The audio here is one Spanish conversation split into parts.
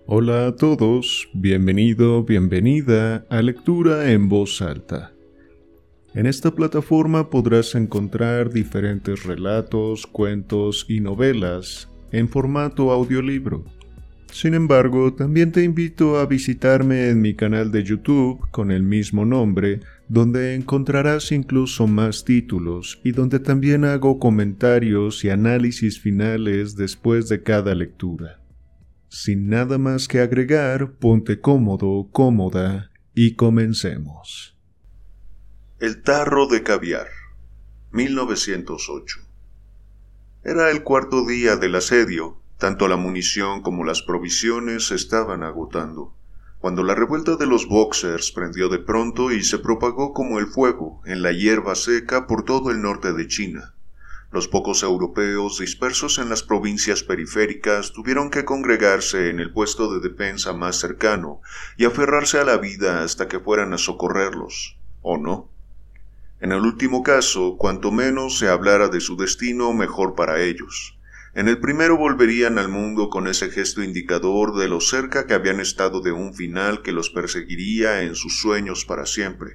Hola a todos, bienvenido, bienvenida a Lectura en Voz Alta. En esta plataforma podrás encontrar diferentes relatos, cuentos y novelas en formato audiolibro. Sin embargo, también te invito a visitarme en mi canal de YouTube con el mismo nombre, donde encontrarás incluso más títulos y donde también hago comentarios y análisis finales después de cada lectura. Sin nada más que agregar, ponte cómodo, cómoda y comencemos. El tarro de caviar, 1908. Era el cuarto día del asedio, tanto la munición como las provisiones se estaban agotando, cuando la revuelta de los Boxers prendió de pronto y se propagó como el fuego en la hierba seca por todo el norte de China. Los pocos europeos dispersos en las provincias periféricas tuvieron que congregarse en el puesto de defensa más cercano y aferrarse a la vida hasta que fueran a socorrerlos, ¿o no? En el último caso, cuanto menos se hablara de su destino, mejor para ellos. En el primero volverían al mundo con ese gesto indicador de lo cerca que habían estado de un final que los perseguiría en sus sueños para siempre.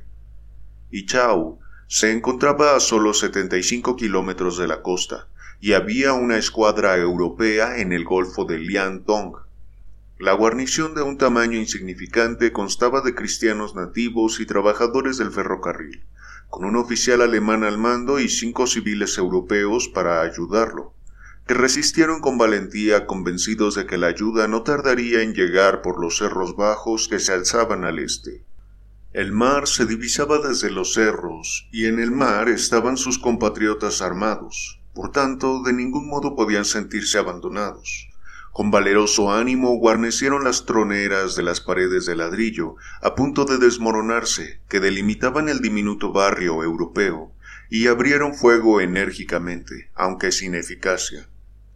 Y Chao se encontraba a solo 75 kilómetros de la costa, y había una escuadra europea en el golfo de Liantong. La guarnición de un tamaño insignificante constaba de cristianos nativos y trabajadores del ferrocarril, con un oficial alemán al mando y 5 civiles europeos para ayudarlo, que resistieron con valentía convencidos de que la ayuda no tardaría en llegar por los cerros bajos que se alzaban al este. El mar se divisaba desde los cerros, y en el mar estaban sus compatriotas armados, por tanto, de ningún modo podían sentirse abandonados. Con valeroso ánimo guarnecieron las troneras de las paredes de ladrillo, a punto de desmoronarse, que delimitaban el diminuto barrio europeo, y abrieron fuego enérgicamente, aunque sin eficacia.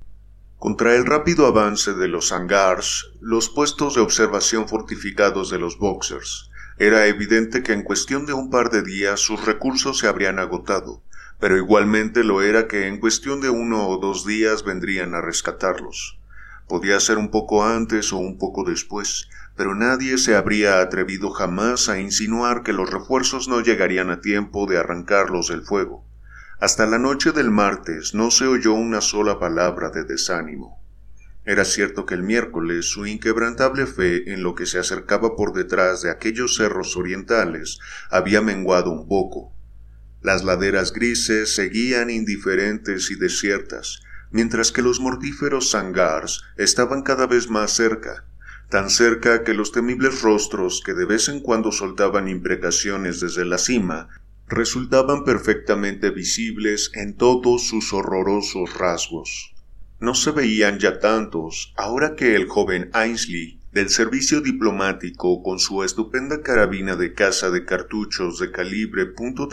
Contra el rápido avance de los hangars, los puestos de observación fortificados de los Boxers, era evidente que en cuestión de un par de días sus recursos se habrían agotado, pero igualmente lo era que en cuestión de 1 o 2 días vendrían a rescatarlos. Podía ser un poco antes o un poco después, pero nadie se habría atrevido jamás a insinuar que los refuerzos no llegarían a tiempo de arrancarlos del fuego. Hasta la noche del martes no se oyó una sola palabra de desánimo. Era cierto que el miércoles su inquebrantable fe en lo que se acercaba por detrás de aquellos cerros orientales había menguado un poco. Las laderas grises seguían indiferentes y desiertas, mientras que los mortíferos hangars estaban cada vez más cerca, tan cerca que los temibles rostros que de vez en cuando soltaban imprecaciones desde la cima resultaban perfectamente visibles en todos sus horrorosos rasgos. No se veían ya tantos, ahora que el joven Ainsley, del servicio diplomático con su estupenda carabina de caza de cartuchos de calibre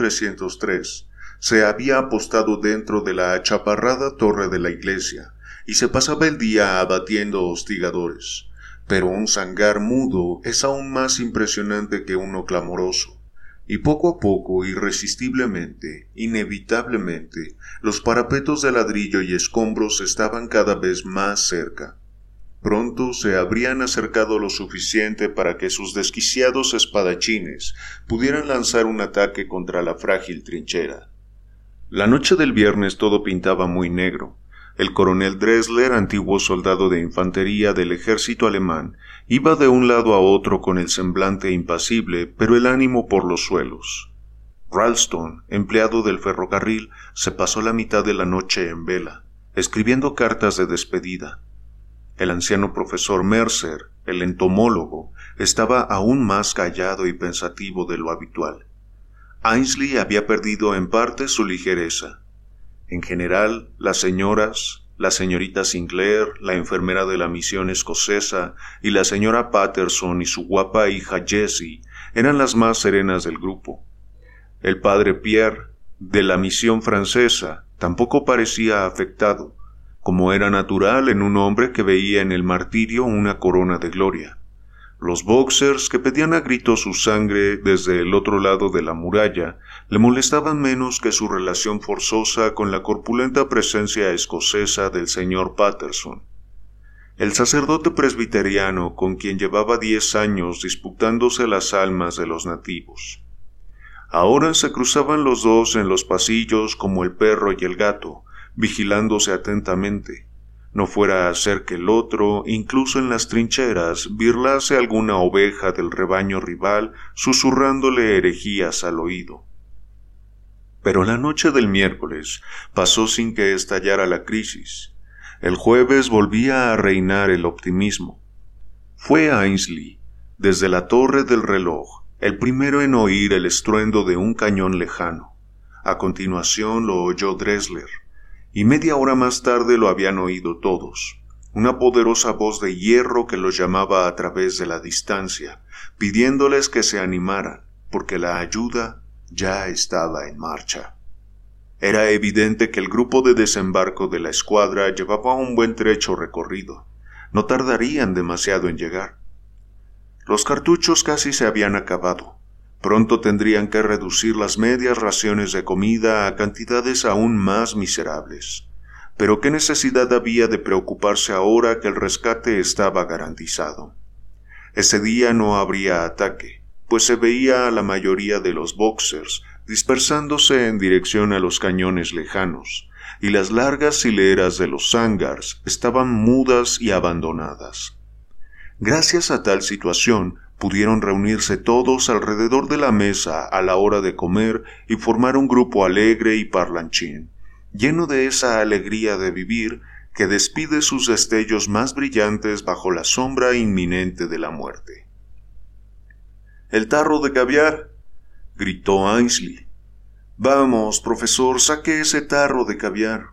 .303, se había apostado dentro de la achaparrada torre de la iglesia, y se pasaba el día abatiendo hostigadores. Pero un hangar mudo es aún más impresionante que uno clamoroso. Y poco a poco, irresistiblemente, inevitablemente, los parapetos de ladrillo y escombros estaban cada vez más cerca. Pronto se habrían acercado lo suficiente para que sus desquiciados espadachines pudieran lanzar un ataque contra la frágil trinchera. La noche del viernes todo pintaba muy negro. El coronel Dressler, antiguo soldado de infantería del ejército alemán, iba de un lado a otro con el semblante impasible, pero el ánimo por los suelos. Ralston, empleado del ferrocarril, se pasó la mitad de la noche en vela, escribiendo cartas de despedida. El anciano profesor Mercer, el entomólogo, estaba aún más callado y pensativo de lo habitual. Ainsley había perdido en parte su ligereza. En general, las señoras, la señorita Sinclair, la enfermera de la misión escocesa, y la señora Patterson y su guapa hija Jessie eran las más serenas del grupo. El padre Pierre, de la misión francesa, tampoco parecía afectado, como era natural en un hombre que veía en el martirio una corona de gloria. Los Boxers, que pedían a gritos su sangre desde el otro lado de la muralla, le molestaban menos que su relación forzosa con la corpulenta presencia escocesa del señor Patterson. El sacerdote presbiteriano con quien llevaba 10 años disputándose las almas de los nativos. Ahora se cruzaban los dos en los pasillos como el perro y el gato, vigilándose atentamente. No fuera a ser que el otro, incluso en las trincheras, birlase alguna oveja del rebaño rival, susurrándole herejías al oído. Pero la noche del miércoles pasó sin que estallara la crisis. El jueves volvía a reinar el optimismo. Fue Ainsley, desde la torre del reloj, el primero en oír el estruendo de un cañón lejano. A continuación lo oyó Dressler, y media hora más tarde lo habían oído todos. Una poderosa voz de hierro que los llamaba a través de la distancia, pidiéndoles que se animaran, porque la ayuda ya estaba en marcha. Era evidente que el grupo de desembarco de la escuadra llevaba un buen trecho recorrido. No tardarían demasiado en llegar. Los cartuchos casi se habían acabado. Pronto tendrían que reducir las medias raciones de comida a cantidades aún más miserables. Pero ¿qué necesidad había de preocuparse ahora que el rescate estaba garantizado? Ese día no habría ataque, pues se veía a la mayoría de los Boxers dispersándose en dirección a los cañones lejanos, y las largas hileras de los hangars estaban mudas y abandonadas. Gracias a tal situación, pudieron reunirse todos alrededor de la mesa a la hora de comer y formar un grupo alegre y parlanchín, lleno de esa alegría de vivir que despide sus destellos más brillantes bajo la sombra inminente de la muerte. «¡El tarro de caviar!», gritó Ainsley. «Vamos, profesor, saque ese tarro de caviar».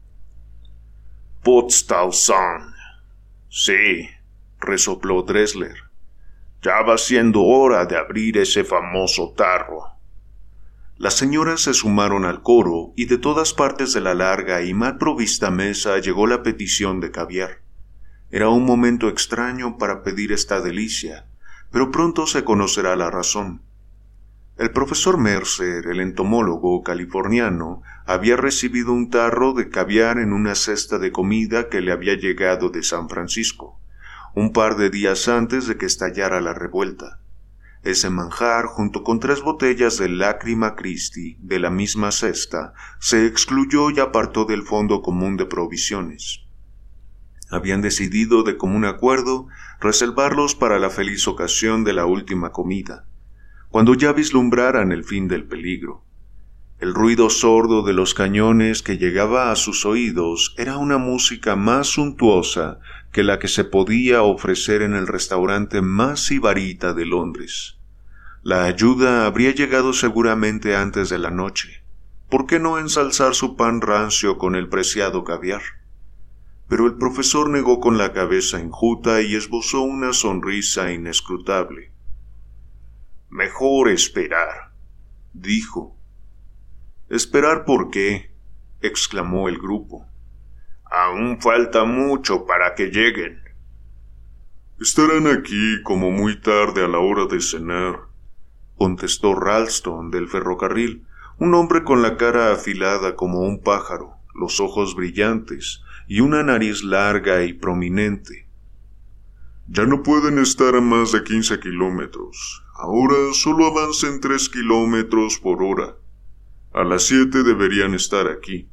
«Potztausend». «Sí», resopló Dressler. «Ya va siendo hora de abrir ese famoso tarro». Las señoras se sumaron al coro y de todas partes de la larga y mal provista mesa llegó la petición de caviar. Era un momento extraño para pedir esta delicia, pero pronto se conocerá la razón. El profesor Mercer, el entomólogo californiano, había recibido un tarro de caviar en una cesta de comida que le había llegado de San Francisco, un par de días antes de que estallara la revuelta. Ese manjar, junto con 3 botellas de Lágrima Christi de la misma cesta, se excluyó y apartó del fondo común de provisiones. Habían decidido de común acuerdo reservarlos para la feliz ocasión de la última comida, cuando ya vislumbraran el fin del peligro. El ruido sordo de los cañones que llegaba a sus oídos era una música más suntuosa que la que se podía ofrecer en el restaurante más sibarita de Londres. La ayuda habría llegado seguramente antes de la noche. ¿Por qué no ensalzar su pan rancio con el preciado caviar? Pero el profesor negó con la cabeza enjuta y esbozó una sonrisa inescrutable. «Mejor esperar», dijo. «¿Esperar por qué?», exclamó el grupo. «Aún falta mucho para que lleguen». «Estarán aquí como muy tarde a la hora de cenar», contestó Ralston del ferrocarril, un hombre con la cara afilada como un pájaro, los ojos brillantes y una nariz larga y prominente. «Ya no pueden estar a más de 15 kilómetros. Ahora solo avancen 3 kilómetros por hora. A las 7 deberían estar aquí».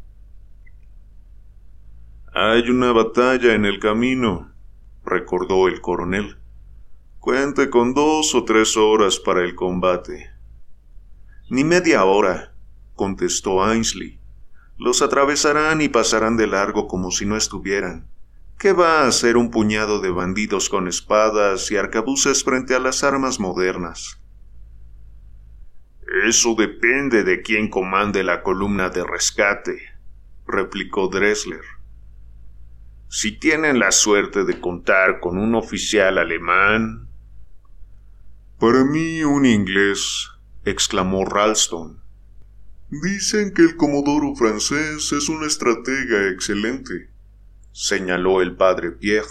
«Hay una batalla en el camino», recordó el coronel. «Cuente con 2 o 3 horas para el combate». «Ni media hora», contestó Ainsley. «Los atravesarán y pasarán de largo como si no estuvieran. ¿Qué va a hacer un puñado de bandidos con espadas y arcabuces frente a las armas modernas?» «Eso depende de quién comande la columna de rescate», replicó Dressler. «Si tienen la suerte de contar con un oficial alemán». «Para mí un inglés», exclamó Ralston. «Dicen que el comodoro francés es un estratega excelente», señaló el padre Pierre.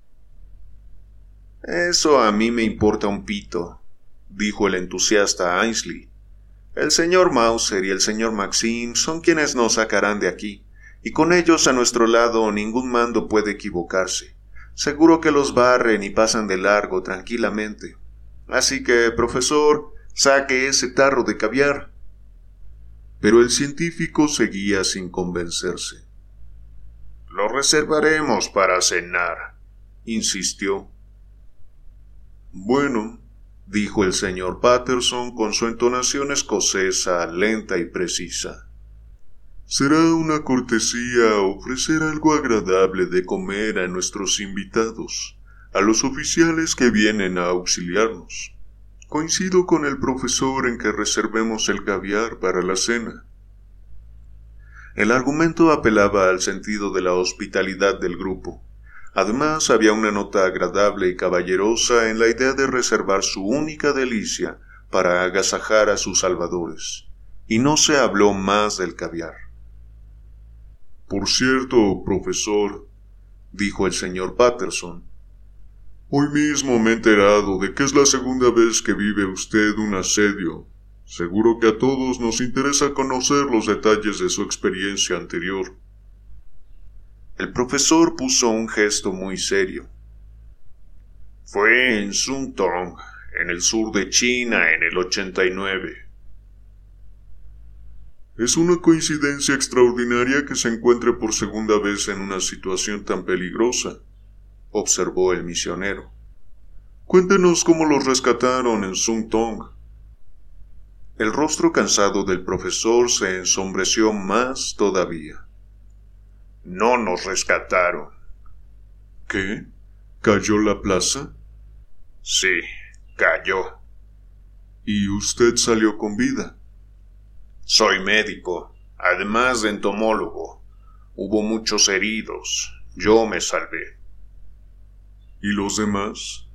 «Eso a mí me importa un pito», dijo el entusiasta Ainsley. «El señor Mauser y el señor Maxim son quienes nos sacarán de aquí, y con ellos a nuestro lado ningún mando puede equivocarse. Seguro que los barren y pasan de largo tranquilamente. Así que, profesor, saque ese tarro de caviar. Pero el científico seguía sin convencerse. Lo reservaremos para cenar, insistió. Bueno, dijo el señor Patterson con su entonación escocesa lenta y precisa. Será una cortesía ofrecer algo agradable de comer a nuestros invitados, a los oficiales que vienen a auxiliarnos. Coincido con el profesor en que reservemos el caviar para la cena. El argumento apelaba al sentido de la hospitalidad del grupo. Además, había una nota agradable y caballerosa en la idea de reservar su única delicia para agasajar a sus salvadores, y no se habló más del caviar. Por cierto, profesor, dijo el señor Patterson, hoy mismo me he enterado de que es la segunda vez que vive usted un asedio. Seguro que a todos nos interesa conocer los detalles de su experiencia anterior. El profesor puso un gesto muy serio. Fue en Sumtong, en el sur de China, en el 89. Es una coincidencia extraordinaria que se encuentre por segunda vez en una situación tan peligrosa, observó el misionero. Cuéntenos cómo los rescataron en Sumtong. El rostro cansado del profesor se ensombreció más todavía. No nos rescataron. ¿Qué? ¿Cayó la plaza? Sí, cayó. ¿Y usted salió con vida? Soy médico, además de entomólogo. Hubo muchos heridos. Yo me salvé. ¿Y los demás?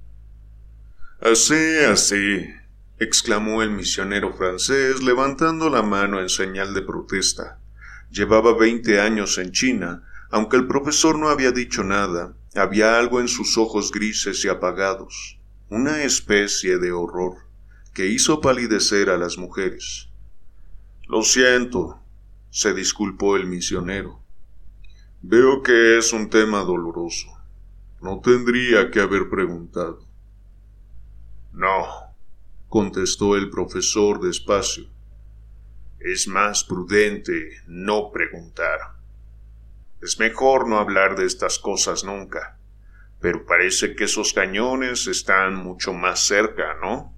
Así, exclamó el misionero francés levantando la mano en señal de protesta. Llevaba 20 años en China, aunque el profesor no había dicho nada, había algo en sus ojos grises y apagados, una especie de horror, que hizo palidecer a las mujeres. Lo siento, se disculpó el misionero. Veo que es un tema doloroso. No tendría que haber preguntado. No, contestó el profesor despacio. Es más prudente no preguntar. Es mejor no hablar de estas cosas nunca, pero parece que esos cañones están mucho más cerca, ¿no?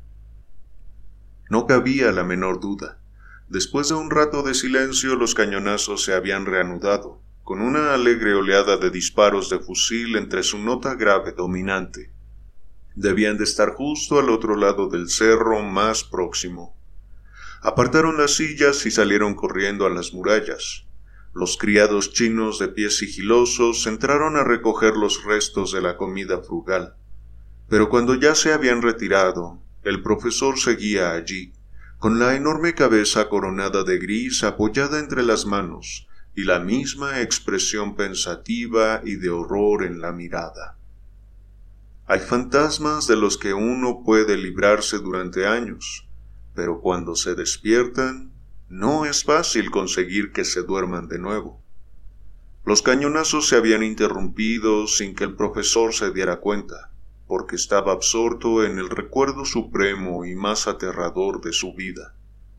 No cabía la menor duda. Después de un rato de silencio, los cañonazos se habían reanudado, con una alegre oleada de disparos de fusil entre su nota grave dominante. Debían de estar justo al otro lado del cerro más próximo. Apartaron las sillas y salieron corriendo a las murallas. Los criados chinos de pies sigilosos entraron a recoger los restos de la comida frugal. Pero cuando ya se habían retirado, el profesor seguía allí, con la enorme cabeza coronada de gris apoyada entre las manos, y la misma expresión pensativa y de horror en la mirada. Hay fantasmas de los que uno puede librarse durante años, pero cuando se despiertan, no es fácil conseguir que se duerman de nuevo. Los cañonazos se habían interrumpido sin que el profesor se diera cuenta, porque estaba absorto en el recuerdo supremo y más aterrador de su vida.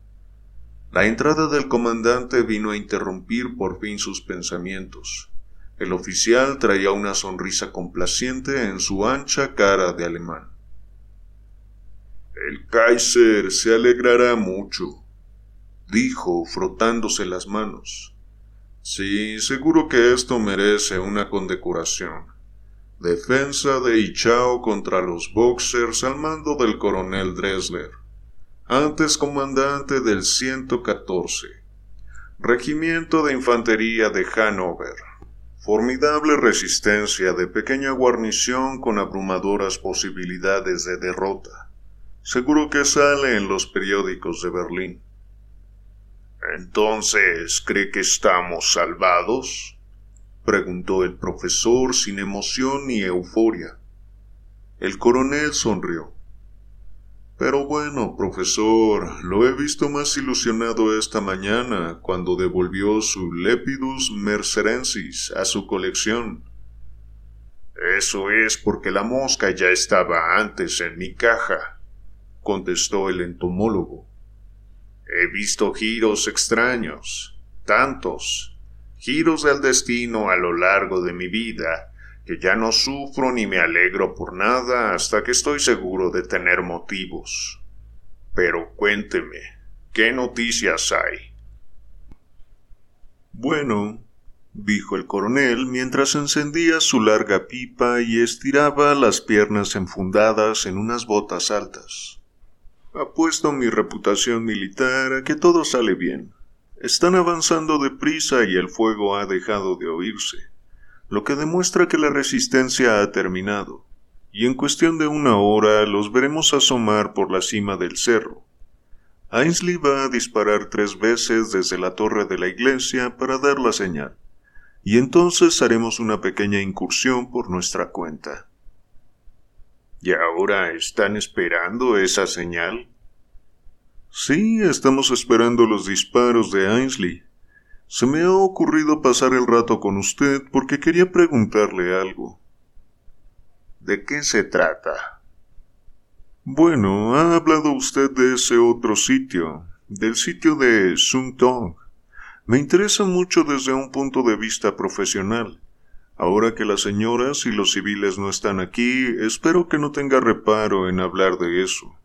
La entrada del comandante vino a interrumpir por fin sus pensamientos. El oficial traía una sonrisa complaciente en su ancha cara de alemán. El Kaiser se alegrará mucho, dijo frotándose las manos. Sí, seguro que esto merece una condecoración. Defensa de Ichao contra los Boxers al mando del coronel Dressler, antes comandante del 114, Regimiento de Infantería de Hannover. Formidable resistencia de pequeña guarnición con abrumadoras posibilidades de derrota. Seguro que sale en los periódicos de Berlín. ¿Entonces cree que estamos salvados?, preguntó el profesor sin emoción ni euforia. El coronel sonrió. Pero bueno, profesor, lo he visto más ilusionado esta mañana cuando devolvió su Lepidus mercerensis a su colección. Eso es porque la mosca ya estaba antes en mi caja, contestó el entomólogo. He visto giros extraños, tantos, giros del destino a lo largo de mi vida, que ya no sufro ni me alegro por nada hasta que estoy seguro de tener motivos. Pero cuénteme, ¿qué noticias hay? Bueno, dijo el coronel mientras encendía su larga pipa y estiraba las piernas enfundadas en unas botas altas. Apuesto mi reputación militar a que todo sale bien. Están avanzando deprisa y el fuego ha dejado de oírse, lo que demuestra que la resistencia ha terminado, y en cuestión de 1 hora los veremos asomar por la cima del cerro. Ainsley va a disparar 3 veces desde la torre de la iglesia para dar la señal, y entonces haremos una pequeña incursión por nuestra cuenta. ¿Y ahora están esperando esa señal? Sí, estamos esperando los disparos de Ainsley. Se me ha ocurrido pasar el rato con usted porque quería preguntarle algo. ¿De qué se trata? Bueno, ha hablado usted de ese otro sitio, del sitio de Sun Tong. Me interesa mucho desde un punto de vista profesional. Ahora que las señoras y los civiles no están aquí, espero que no tenga reparo en hablar de eso.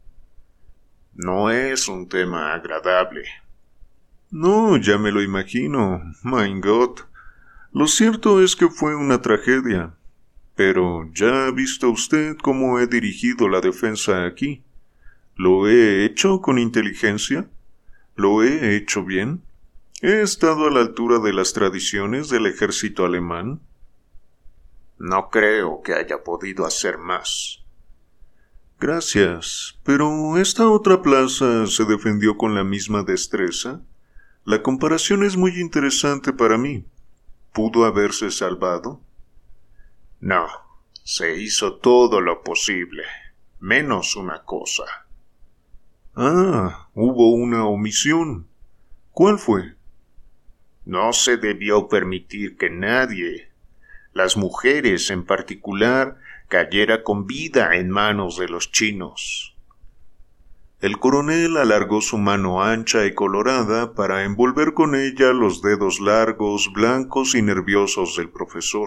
No es un tema agradable. No, ya me lo imagino. Mein Gott. Lo cierto es que fue una tragedia. Pero ¿ya ha visto usted cómo he dirigido la defensa aquí? ¿Lo he hecho con inteligencia? ¿Lo he hecho bien? ¿He estado a la altura de las tradiciones del ejército alemán? No creo que haya podido hacer más. Gracias, pero ¿esta otra plaza se defendió con la misma destreza? La comparación es muy interesante para mí. ¿Pudo haberse salvado? No, se hizo todo lo posible, menos una cosa. Ah, hubo una omisión. ¿Cuál fue? No se debió permitir que nadie, las mujeres en particular, cayera con vida en manos de los chinos. El coronel alargó su mano ancha y colorada para envolver con ella los dedos largos, blancos y nerviosos del profesor.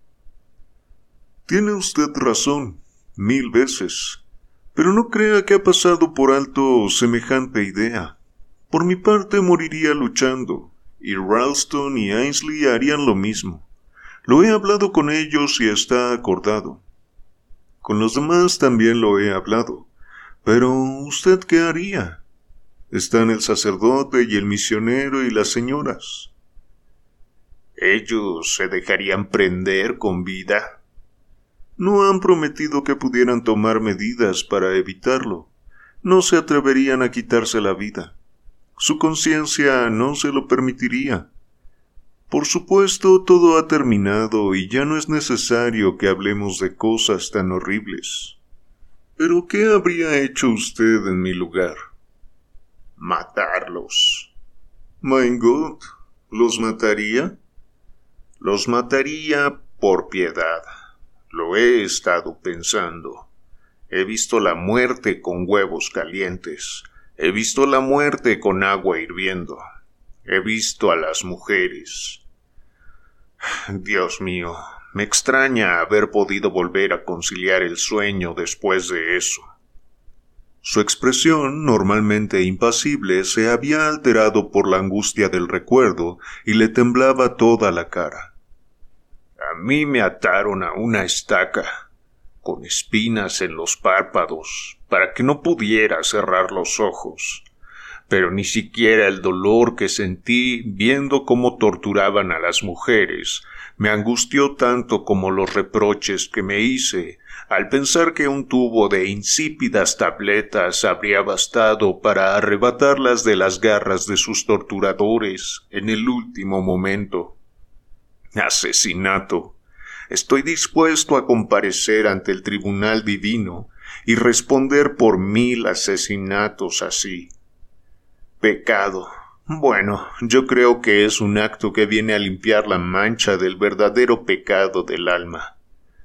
Tiene usted razón, 1000 veces, pero no crea que ha pasado por alto semejante idea. Por mi parte moriría luchando, y Ralston y Ainsley harían lo mismo. Lo he hablado con ellos y está acordado. Con los demás también lo he hablado. Pero, ¿usted qué haría? Están el sacerdote y el misionero y las señoras. ¿Ellos se dejarían prender con vida? No han prometido que pudieran tomar medidas para evitarlo. No se atreverían a quitarse la vida. Su conciencia no se lo permitiría. Por supuesto, todo ha terminado y ya no es necesario que hablemos de cosas tan horribles. ¿Pero qué habría hecho usted en mi lugar? Matarlos. Mein Gott, ¿los mataría? Los mataría por piedad. Lo he estado pensando. He visto la muerte con huevos calientes. He visto la muerte con agua hirviendo. He visto a las mujeres. Dios mío, me extraña haber podido volver a conciliar el sueño después de eso. Su expresión, normalmente impasible, se había alterado por la angustia del recuerdo y le temblaba toda la cara. A mí me ataron a una estaca, con espinas en los párpados, para que no pudiera cerrar los ojos. Pero ni siquiera el dolor que sentí viendo cómo torturaban a las mujeres me angustió tanto como los reproches que me hice al pensar que un tubo de insípidas tabletas habría bastado para arrebatarlas de las garras de sus torturadores en el último momento. Asesinato. Estoy dispuesto a comparecer ante el tribunal divino y responder por 1000 asesinatos así. Pecado. Bueno, yo creo que es un acto que viene a limpiar la mancha del verdadero pecado del alma.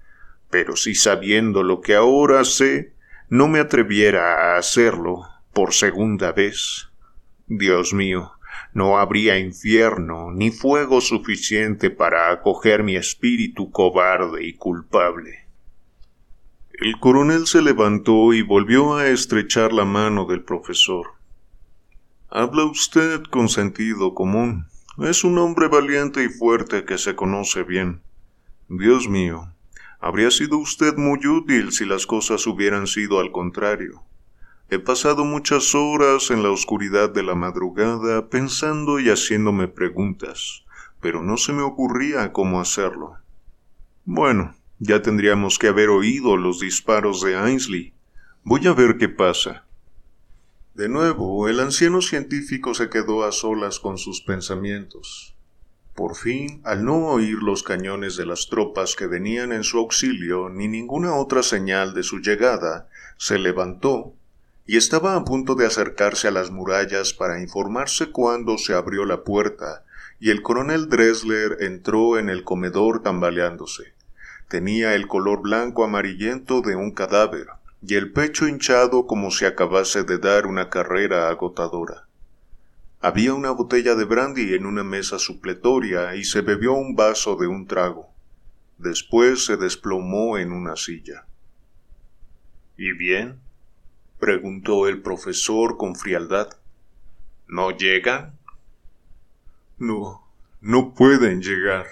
Pero si sabiendo lo que ahora sé, no me atreviera a hacerlo por segunda vez, Dios mío, no habría infierno ni fuego suficiente para acoger mi espíritu cobarde y culpable. El coronel se levantó y volvió a estrechar la mano del profesor. Habla usted con sentido común. Es un hombre valiente y fuerte que se conoce bien. Dios mío, habría sido usted muy útil si las cosas hubieran sido al contrario. He pasado muchas horas en la oscuridad de la madrugada pensando y haciéndome preguntas, pero no se me ocurría cómo hacerlo. Bueno, ya tendríamos que haber oído los disparos de Ainsley. Voy a ver qué pasa. De nuevo, el anciano científico se quedó a solas con sus pensamientos. Por fin, al no oír los cañones de las tropas que venían en su auxilio ni ninguna otra señal de su llegada, se levantó y estaba a punto de acercarse a las murallas para informarse cuando se abrió la puerta y el coronel Dressler entró en el comedor tambaleándose. Tenía el color blanco amarillento de un cadáver y el pecho hinchado como si acabase de dar una carrera agotadora. Había una botella de brandy en una mesa supletoria y se bebió un vaso de un trago. Después se desplomó en una silla. ¿Y bien?, preguntó el profesor con frialdad. ¿No llegan? No pueden llegar.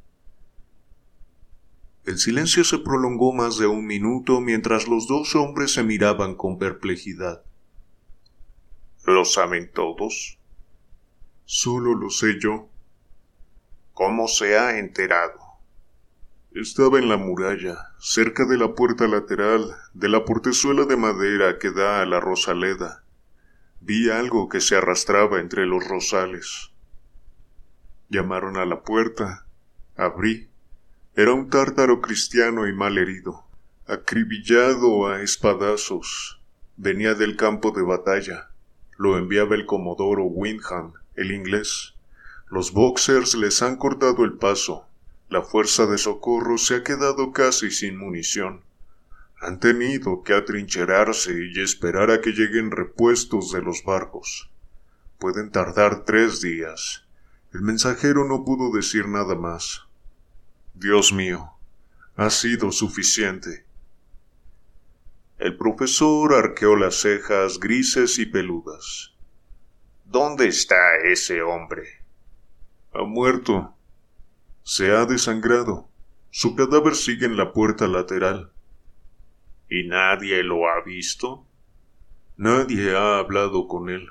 El silencio se prolongó más de un minuto mientras los dos hombres se miraban con perplejidad. ¿Lo saben todos? Solo lo sé yo. ¿Cómo se ha enterado? Estaba en la muralla, cerca de la puerta lateral, de la portezuela de madera que da a la Rosaleda. Vi algo que se arrastraba entre los rosales. Llamaron a la puerta. Abrí. Era un tártaro cristiano y mal herido, acribillado a espadazos. Venía del campo de batalla. Lo enviaba el comodoro Windham, el inglés. Los boxers les han cortado el paso. La fuerza de socorro se ha quedado casi sin munición. Han tenido que atrincherarse y esperar a que lleguen repuestos de los barcos. Pueden tardar 3 días. El mensajero no pudo decir nada más. Dios mío, ha sido suficiente. El profesor arqueó las cejas grises y peludas. ¿Dónde está ese hombre? Ha muerto. Se ha desangrado. Su cadáver sigue en la puerta lateral. ¿Y nadie lo ha visto? Nadie ha hablado con él.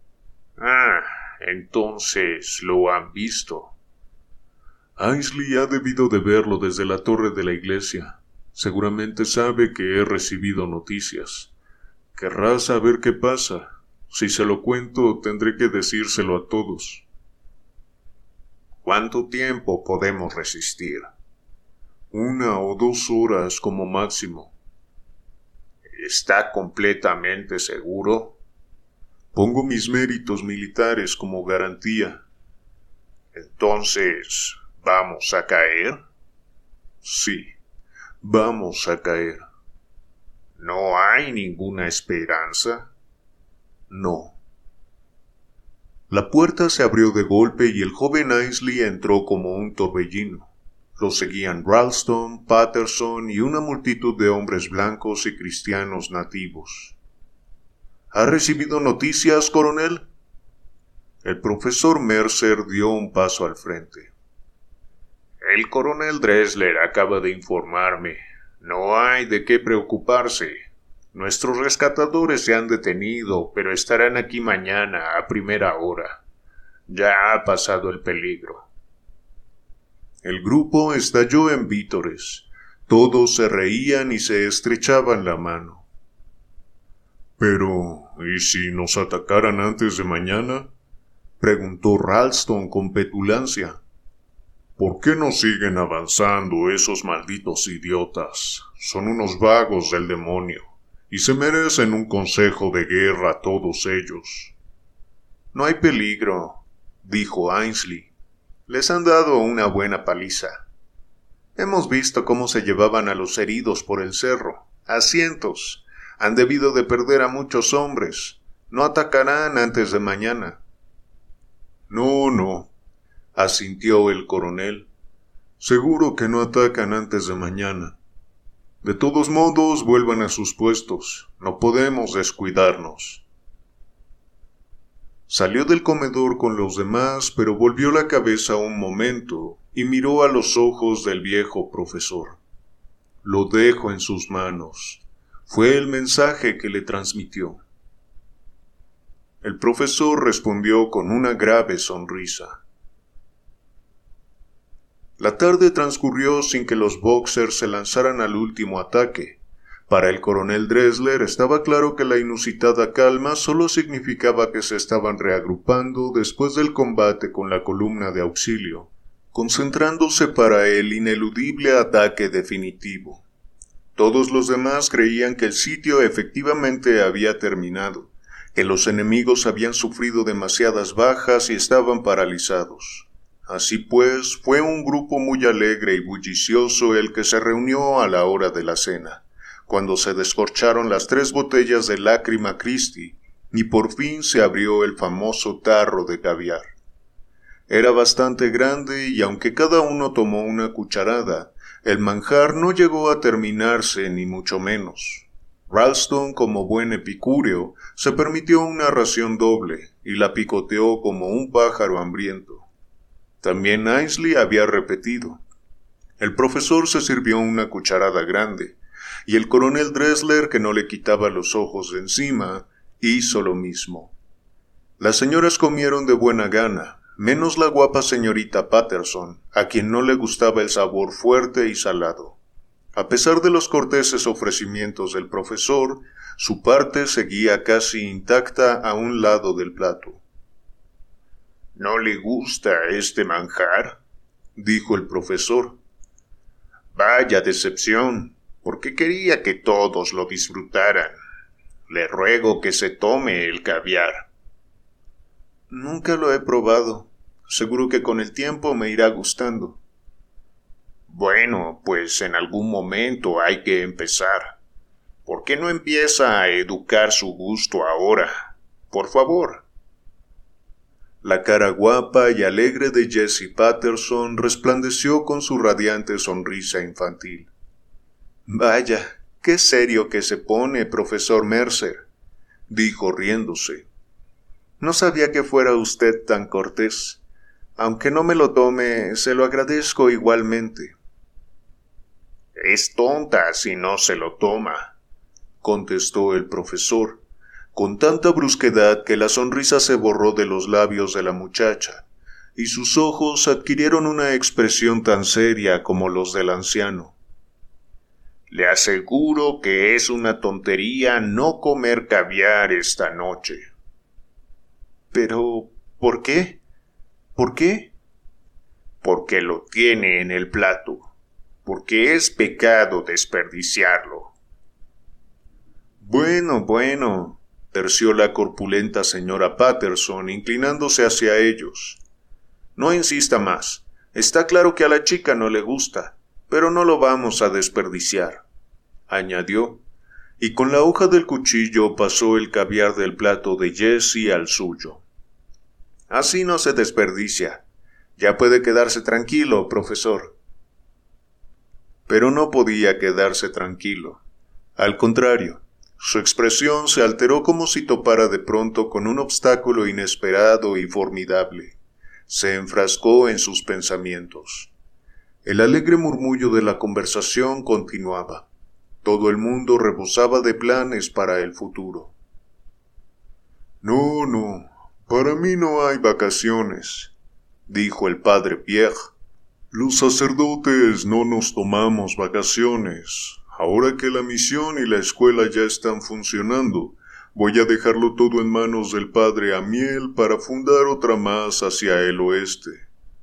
Entonces lo han visto. Ainsley ha debido de verlo desde la torre de la iglesia. Seguramente sabe que he recibido noticias. Querrá saber qué pasa. Si se lo cuento, tendré que decírselo a todos. ¿Cuánto tiempo podemos resistir? 1 o 2 horas como máximo. ¿Está completamente seguro? Pongo mis méritos militares como garantía. Entonces, ¿vamos a caer? Sí, vamos a caer. ¿No hay ninguna esperanza? No. La puerta se abrió de golpe y el joven Ainsley entró como un torbellino. Lo seguían Ralston, Patterson y una multitud de hombres blancos y cristianos nativos. ¿Ha recibido noticias, coronel? El profesor Mercer dio un paso al frente. El coronel Dressler acaba de informarme. No hay de qué preocuparse. Nuestros rescatadores se han detenido, pero estarán aquí mañana a primera hora. Ya ha pasado el peligro. El grupo estalló en vítores. Todos se reían y se estrechaban la mano. Pero, ¿y si nos atacaran antes de mañana?, preguntó Ralston con petulancia. ¿Por qué no siguen avanzando esos malditos idiotas? Son unos vagos del demonio, y se merecen un consejo de guerra todos ellos. No hay peligro, dijo Ainsley. Les han dado una buena paliza. Hemos visto cómo se llevaban a los heridos por el cerro, a cientos. Han debido de perder a muchos hombres. No atacarán antes de mañana. No, asintió el coronel. Seguro que no atacan antes de mañana. De todos modos, vuelvan a sus puestos. No podemos descuidarnos. Salió del comedor con los demás, pero volvió la cabeza un momento y miró a los ojos del viejo profesor. Lo dejo en sus manos. Fue el mensaje que le transmitió. El profesor respondió con una grave sonrisa. La tarde transcurrió sin que los boxers se lanzaran al último ataque. Para el coronel Dressler estaba claro que la inusitada calma solo significaba que se estaban reagrupando después del combate con la columna de auxilio, concentrándose para el ineludible ataque definitivo. Todos los demás creían que el sitio efectivamente había terminado, que los enemigos habían sufrido demasiadas bajas y estaban paralizados. Así pues, fue un grupo muy alegre y bullicioso el que se reunió a la hora de la cena, cuando se descorcharon las 3 botellas de Lágrima Christi y por fin se abrió el famoso tarro de caviar. Era bastante grande y aunque cada uno tomó una cucharada, el manjar no llegó a terminarse ni mucho menos. Ralston, como buen epicúreo, se permitió una ración doble y la picoteó como un pájaro hambriento. También Ainsley había repetido. El profesor se sirvió una cucharada grande, y el coronel Dressler, que no le quitaba los ojos de encima, hizo lo mismo. Las señoras comieron de buena gana, menos la guapa señorita Patterson, a quien no le gustaba el sabor fuerte y salado. A pesar de los corteses ofrecimientos del profesor, su parte seguía casi intacta a un lado del plato. «¿No le gusta este manjar?», dijo el profesor. «Vaya decepción, porque quería que todos lo disfrutaran. Le ruego que se tome el caviar». «Nunca lo he probado. Seguro que con el tiempo me irá gustando». «Bueno, pues en algún momento hay que empezar. ¿Por qué no empieza a educar su gusto ahora? Por favor». La cara guapa y alegre de Jessie Patterson resplandeció con su radiante sonrisa infantil. «Vaya, qué serio que se pone, profesor Mercer», dijo riéndose. «No sabía que fuera usted tan cortés. Aunque no me lo tome, se lo agradezco igualmente». «Es tonta si no se lo toma», contestó el profesor, con tanta brusquedad que la sonrisa se borró de los labios de la muchacha, y sus ojos adquirieron una expresión tan seria como los del anciano. «Le aseguro que es una tontería no comer caviar esta noche». «Pero, ¿por qué? ¿Por qué?» «Porque lo tiene en el plato, porque es pecado desperdiciarlo». Bueno, terció la corpulenta señora Patterson, inclinándose hacia ellos. «No insista más. Está claro que a la chica no le gusta, pero no lo vamos a desperdiciar», añadió, y con la hoja del cuchillo pasó el caviar del plato de Jessie al suyo. «Así no se desperdicia. Ya puede quedarse tranquilo, profesor». Pero no podía quedarse tranquilo. Al contrario, su expresión se alteró como si topara de pronto con un obstáculo inesperado y formidable. Se enfrascó en sus pensamientos. El alegre murmullo de la conversación continuaba. Todo el mundo rebosaba de planes para el futuro. «No, para mí no hay vacaciones», dijo el padre Pierre. «Los sacerdotes no nos tomamos vacaciones. Ahora que la misión y la escuela ya están funcionando, voy a dejarlo todo en manos del padre Amiel para fundar otra más hacia el oeste».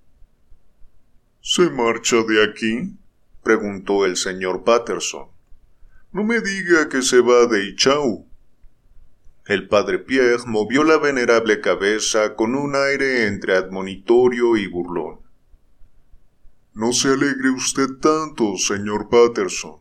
«¿Se marcha de aquí?», preguntó el señor Patterson. «No me diga que se va de Ichau». El padre Pierre movió la venerable cabeza con un aire entre admonitorio y burlón. No se alegre usted tanto, señor Patterson.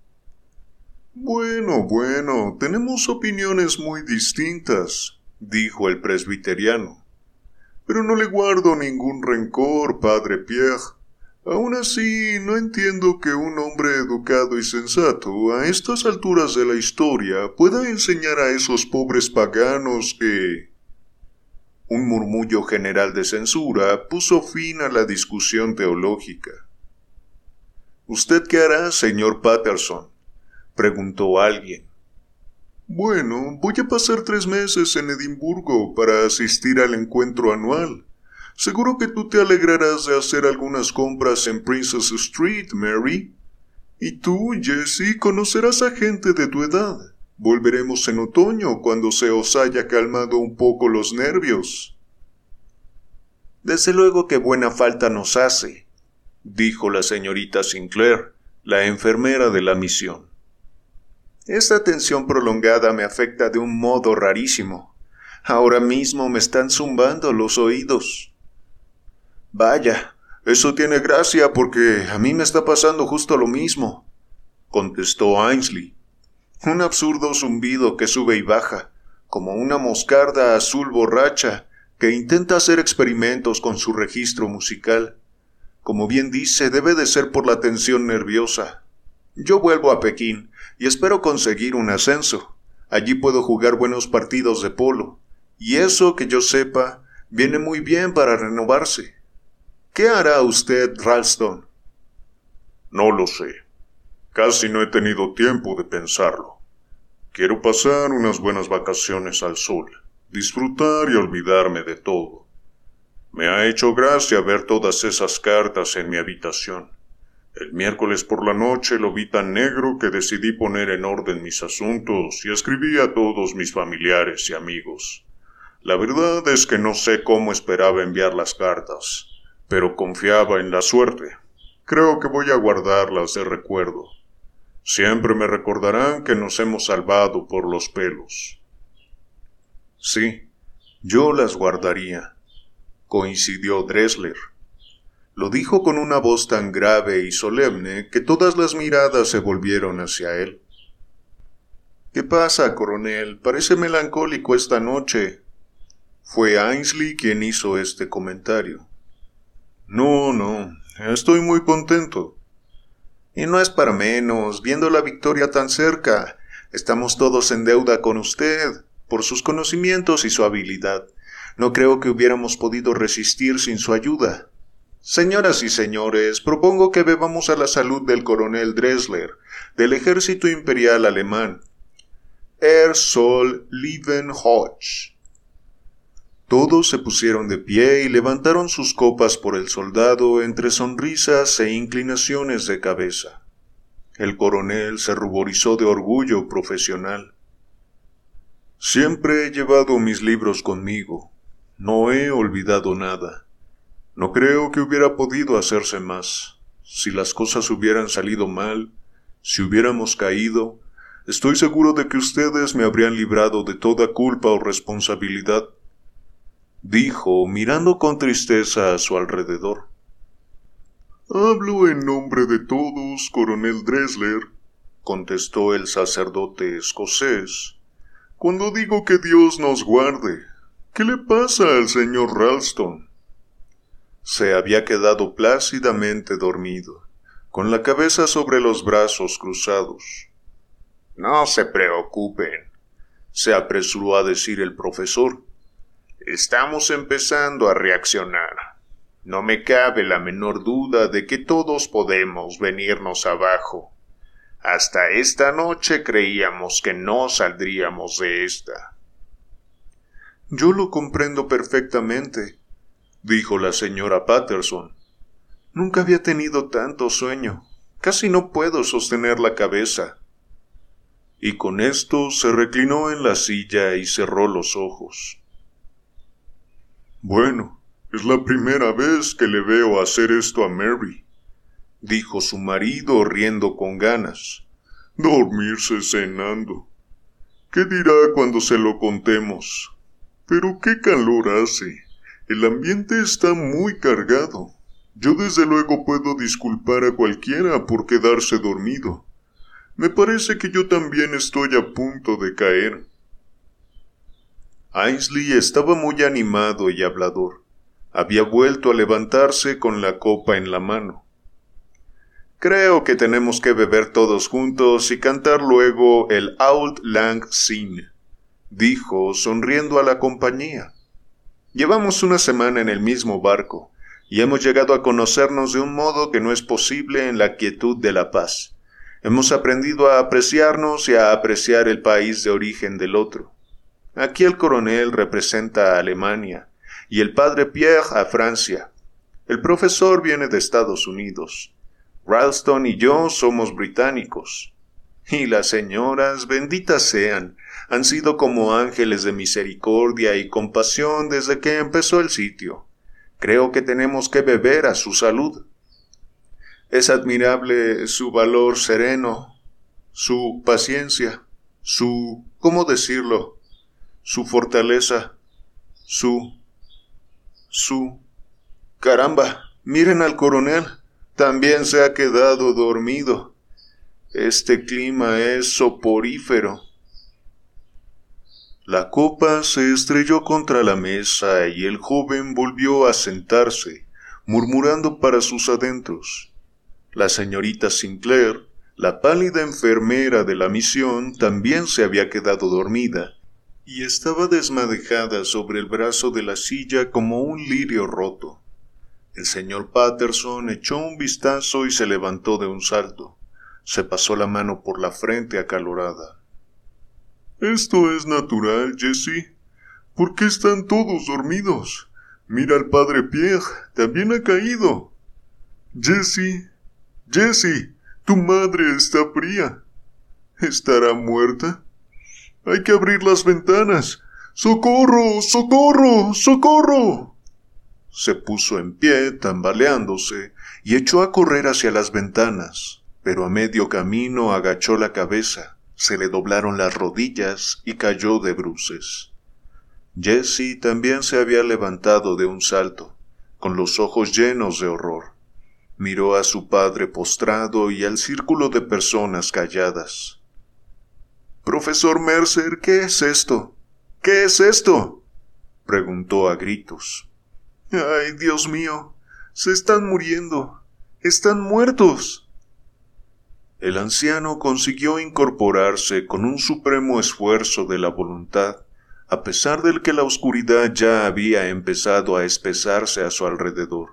Bueno, tenemos opiniones muy distintas, dijo el presbiteriano. Pero no le guardo ningún rencor, padre Pierre. Aún así, no entiendo que un hombre educado y sensato, a estas alturas de la historia, pueda enseñar a esos pobres paganos que... Un murmullo general de censura puso fin a la discusión teológica. ¿Usted qué hará, señor Patterson?, preguntó alguien. Bueno, voy a pasar 3 meses en Edimburgo para asistir al encuentro anual. Seguro que tú te alegrarás de hacer algunas compras en Princess Street, Mary. Y tú, Jessie, conocerás a gente de tu edad. Volveremos en otoño cuando se os haya calmado un poco los nervios. Desde luego que buena falta nos hace, dijo la señorita Sinclair, la enfermera de la misión. Esta atención prolongada me afecta de un modo rarísimo. Ahora mismo me están zumbando los oídos. Vaya, eso tiene gracia porque a mí me está pasando justo lo mismo, contestó Ainsley. Un absurdo zumbido que sube y baja, como una moscarda azul borracha que intenta hacer experimentos con su registro musical. Como bien dice, debe de ser por la tensión nerviosa. Yo vuelvo a Pekín y espero conseguir un ascenso. Allí puedo jugar buenos partidos de polo, y eso, que yo sepa, viene muy bien para renovarse. ¿Qué hará usted, Ralston? No lo sé. Casi no he tenido tiempo de pensarlo. Quiero pasar unas buenas vacaciones al sol, disfrutar y olvidarme de todo. Me ha hecho gracia ver todas esas cartas en mi habitación. El miércoles por la noche lo vi tan negro que decidí poner en orden mis asuntos y escribí a todos mis familiares y amigos. La verdad es que no sé cómo esperaba enviar las cartas, pero confiaba en la suerte. Creo que voy a guardarlas de recuerdo. Siempre me recordarán que nos hemos salvado por los pelos. Sí, yo las guardaría, coincidió Dressler. Lo dijo con una voz tan grave y solemne que todas las miradas se volvieron hacia él. ¿Qué pasa, coronel? Parece melancólico esta noche. Fue Ainsley quien hizo este comentario. No, estoy muy contento. Y no es para menos, viendo la victoria tan cerca. Estamos todos en deuda con usted, por sus conocimientos y su habilidad. No creo que hubiéramos podido resistir sin su ayuda. Señoras y señores, propongo que bebamos a la salud del coronel Dressler, del ejército imperial alemán. Soll Leben Hoch. Todos se pusieron de pie y levantaron sus copas por el soldado entre sonrisas e inclinaciones de cabeza. El coronel se ruborizó de orgullo profesional. Siempre he llevado mis libros conmigo. No he olvidado nada. No creo que hubiera podido hacerse más. Si las cosas hubieran salido mal, si hubiéramos caído, estoy seguro de que ustedes me habrían librado de toda culpa o responsabilidad, dijo, mirando con tristeza a su alrededor. Hablo en nombre de todos, coronel Dressler, contestó el sacerdote escocés, cuando digo que Dios nos guarde. ¿Qué le pasa al señor Ralston? Se había quedado plácidamente dormido, con la cabeza sobre los brazos cruzados. No se preocupen, se apresuró a decir el profesor. Estamos empezando a reaccionar. No me cabe la menor duda de que todos podemos venirnos abajo. Hasta esta noche creíamos que no saldríamos de esta. Yo lo comprendo perfectamente, dijo la señora Patterson. Nunca había tenido tanto sueño. Casi no puedo sostener la cabeza. Y con esto se reclinó en la silla y cerró los ojos. Bueno, es la primera vez que le veo hacer esto a Mary, dijo su marido riendo con ganas. Dormirse cenando. ¿Qué dirá cuando se lo contemos? Pero qué calor hace. El ambiente está muy cargado. Yo desde luego puedo disculpar a cualquiera por quedarse dormido. Me parece que yo también estoy a punto de caer. Ainsley estaba muy animado y hablador. Había vuelto a levantarse con la copa en la mano. Creo que tenemos que beber todos juntos y cantar luego el Auld Lang Syne, dijo, sonriendo a la compañía. Llevamos una semana en el mismo barco, y hemos llegado a conocernos de un modo que no es posible en la quietud de la paz. Hemos aprendido a apreciarnos y a apreciar el país de origen del otro. Aquí el coronel representa a Alemania, y el padre Pierre a Francia. El profesor viene de Estados Unidos. Ralston y yo somos británicos. Y las señoras, benditas sean, han sido como ángeles de misericordia y compasión desde que empezó el sitio. Creo que tenemos que beber a su salud. Es admirable su valor sereno, su paciencia, ¿cómo decirlo? Su fortaleza, Caramba, miren al coronel, también se ha quedado dormido. Este clima es soporífero. La copa se estrelló contra la mesa y el joven volvió a sentarse, murmurando para sus adentros. La señorita Sinclair, la pálida enfermera de la misión, también se había quedado dormida y estaba desmadejada sobre el brazo de la silla como un lirio roto. El señor Patterson echó un vistazo y se levantó de un salto. Se pasó la mano por la frente acalorada. «Esto es natural, Jessie. ¿Por qué están todos dormidos? Mira al padre Pierre, también ha caído. Jessie, tu madre está fría. ¿Estará muerta? Hay que abrir las ventanas. ¡Socorro! ¡Socorro! ¡Socorro!». Se puso en pie, tambaleándose, y echó a correr hacia las ventanas, pero a medio camino agachó la cabeza, se le doblaron las rodillas y cayó de bruces. Jessie también se había levantado de un salto, con los ojos llenos de horror. Miró a su padre postrado y al círculo de personas calladas. «Profesor Mercer, ¿qué es esto? ¿Qué es esto?», preguntó a gritos. «¡Ay, Dios mío! ¡Se están muriendo! ¡Están muertos!». El anciano consiguió incorporarse con un supremo esfuerzo de la voluntad, a pesar del que la oscuridad ya había empezado a espesarse a su alrededor.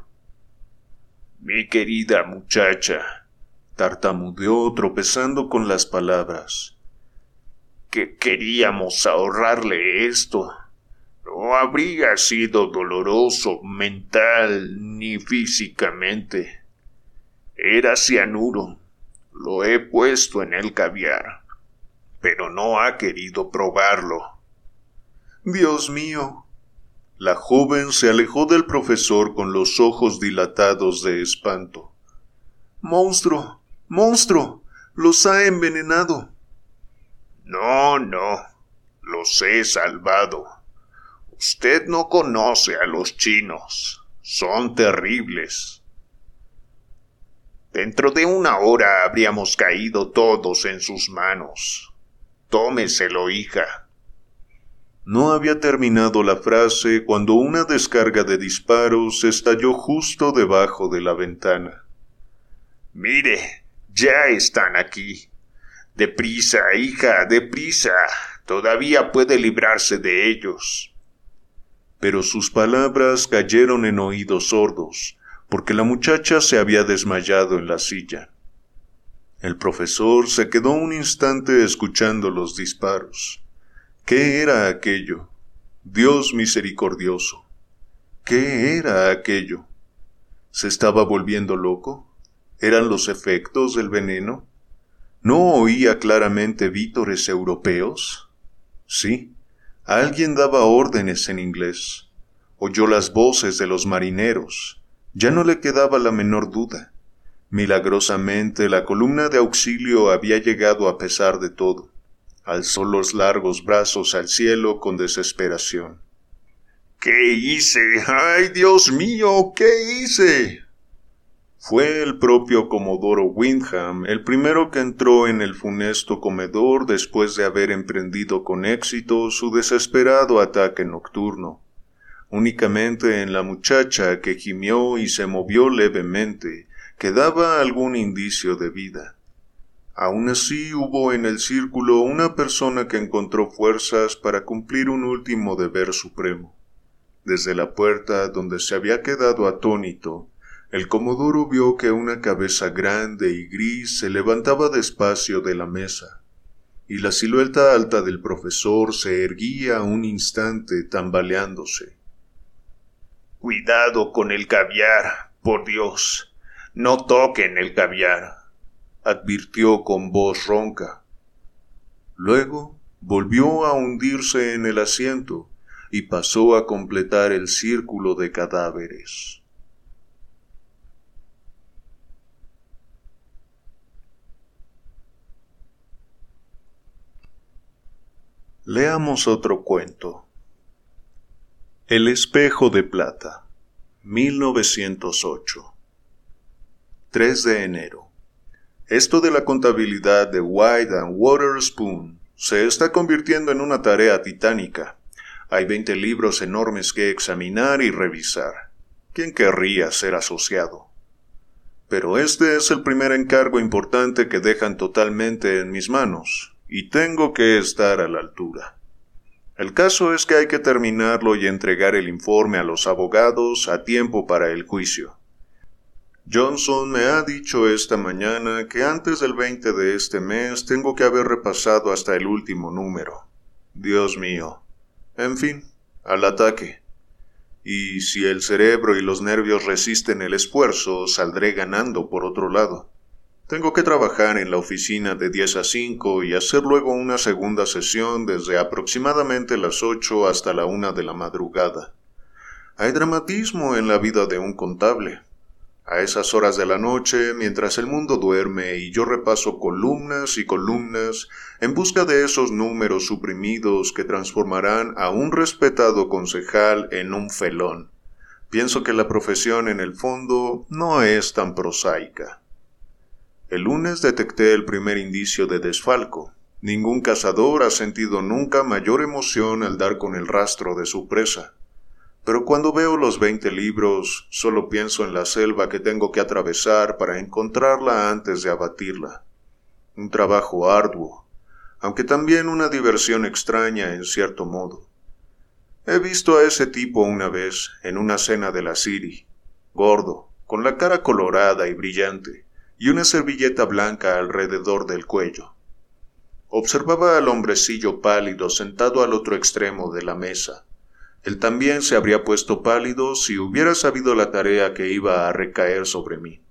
«Mi querida muchacha», tartamudeó tropezando con las palabras, «que queríamos ahorrarle esto. No habría sido doloroso mental ni físicamente. Era cianuro. Lo he puesto en el caviar, pero no ha querido probarlo». «Dios mío». La joven se alejó del profesor con los ojos dilatados de espanto. «¡Monstruo! ¡Monstruo! ¡Los ha envenenado!». «No, los he salvado. Usted no conoce a los chinos. Son terribles. Dentro de una hora habríamos caído todos en sus manos. Tómeselo, hija». No había terminado la frase cuando una descarga de disparos estalló justo debajo de la ventana. «Mire, ya están aquí. Deprisa, hija, deprisa. Todavía puede librarse de ellos». Pero sus palabras cayeron en oídos sordos, porque la muchacha se había desmayado en la silla. El profesor se quedó un instante escuchando los disparos. ¿Qué era aquello? Dios misericordioso. ¿Qué era aquello? ¿Se estaba volviendo loco? ¿Eran los efectos del veneno? ¿No oía claramente vítores europeos? Sí, alguien daba órdenes en inglés. Oyó las voces de los marineros. Ya no le quedaba la menor duda. Milagrosamente la columna de auxilio había llegado a pesar de todo. Alzó los largos brazos al cielo con desesperación. «¿Qué hice? ¡Ay, Dios mío! ¿Qué hice?». Fue el propio Comodoro Windham el primero que entró en el funesto comedor después de haber emprendido con éxito su desesperado ataque nocturno. Únicamente en la muchacha, que gimió y se movió levemente, quedaba algún indicio de vida. Aún así hubo en el círculo una persona que encontró fuerzas para cumplir un último deber supremo. Desde la puerta, donde se había quedado atónito, el comodoro vio que una cabeza grande y gris se levantaba despacio de la mesa, y la silueta alta del profesor se erguía un instante tambaleándose. «Cuidado con el caviar, por Dios, no toquen el caviar», advirtió con voz ronca. Luego volvió a hundirse en el asiento y pasó a completar el círculo de cadáveres. Leamos otro cuento. El espejo de plata, 1908. 3 de enero. Esto de la contabilidad de White and Waterspoon se está convirtiendo en una tarea titánica. Hay 20 libros enormes que examinar y revisar. ¿Quién querría ser asociado? Pero este es el primer encargo importante que dejan totalmente en mis manos, y tengo que estar a la altura. El caso es que hay que terminarlo y entregar el informe a los abogados a tiempo para el juicio. Johnson me ha dicho esta mañana que antes del 20 de este mes tengo que haber repasado hasta el último número. Dios mío. En fin, al ataque. Y si el cerebro y los nervios resisten el esfuerzo, saldré ganando por otro lado. Tengo que trabajar en la oficina de 10 a 5 y hacer luego una segunda sesión desde aproximadamente las 8 hasta la 1 de la madrugada. Hay dramatismo en la vida de un contable. A esas horas de la noche, mientras el mundo duerme y yo repaso columnas y columnas en busca de esos números suprimidos que transformarán a un respetado concejal en un felón, pienso que la profesión en el fondo no es tan prosaica. El lunes detecté el primer indicio de desfalco. Ningún cazador ha sentido nunca mayor emoción al dar con el rastro de su presa. Pero cuando veo los 20 libros, solo pienso en la selva que tengo que atravesar para encontrarla antes de abatirla. Un trabajo arduo, aunque también una diversión extraña en cierto modo. He visto a ese tipo una vez en una cena de la City, gordo, con la cara colorada y brillante, y una servilleta blanca alrededor del cuello. Observaba al hombrecillo pálido sentado al otro extremo de la mesa. Él también se habría puesto pálido si hubiera sabido la tarea que iba a recaer sobre mí.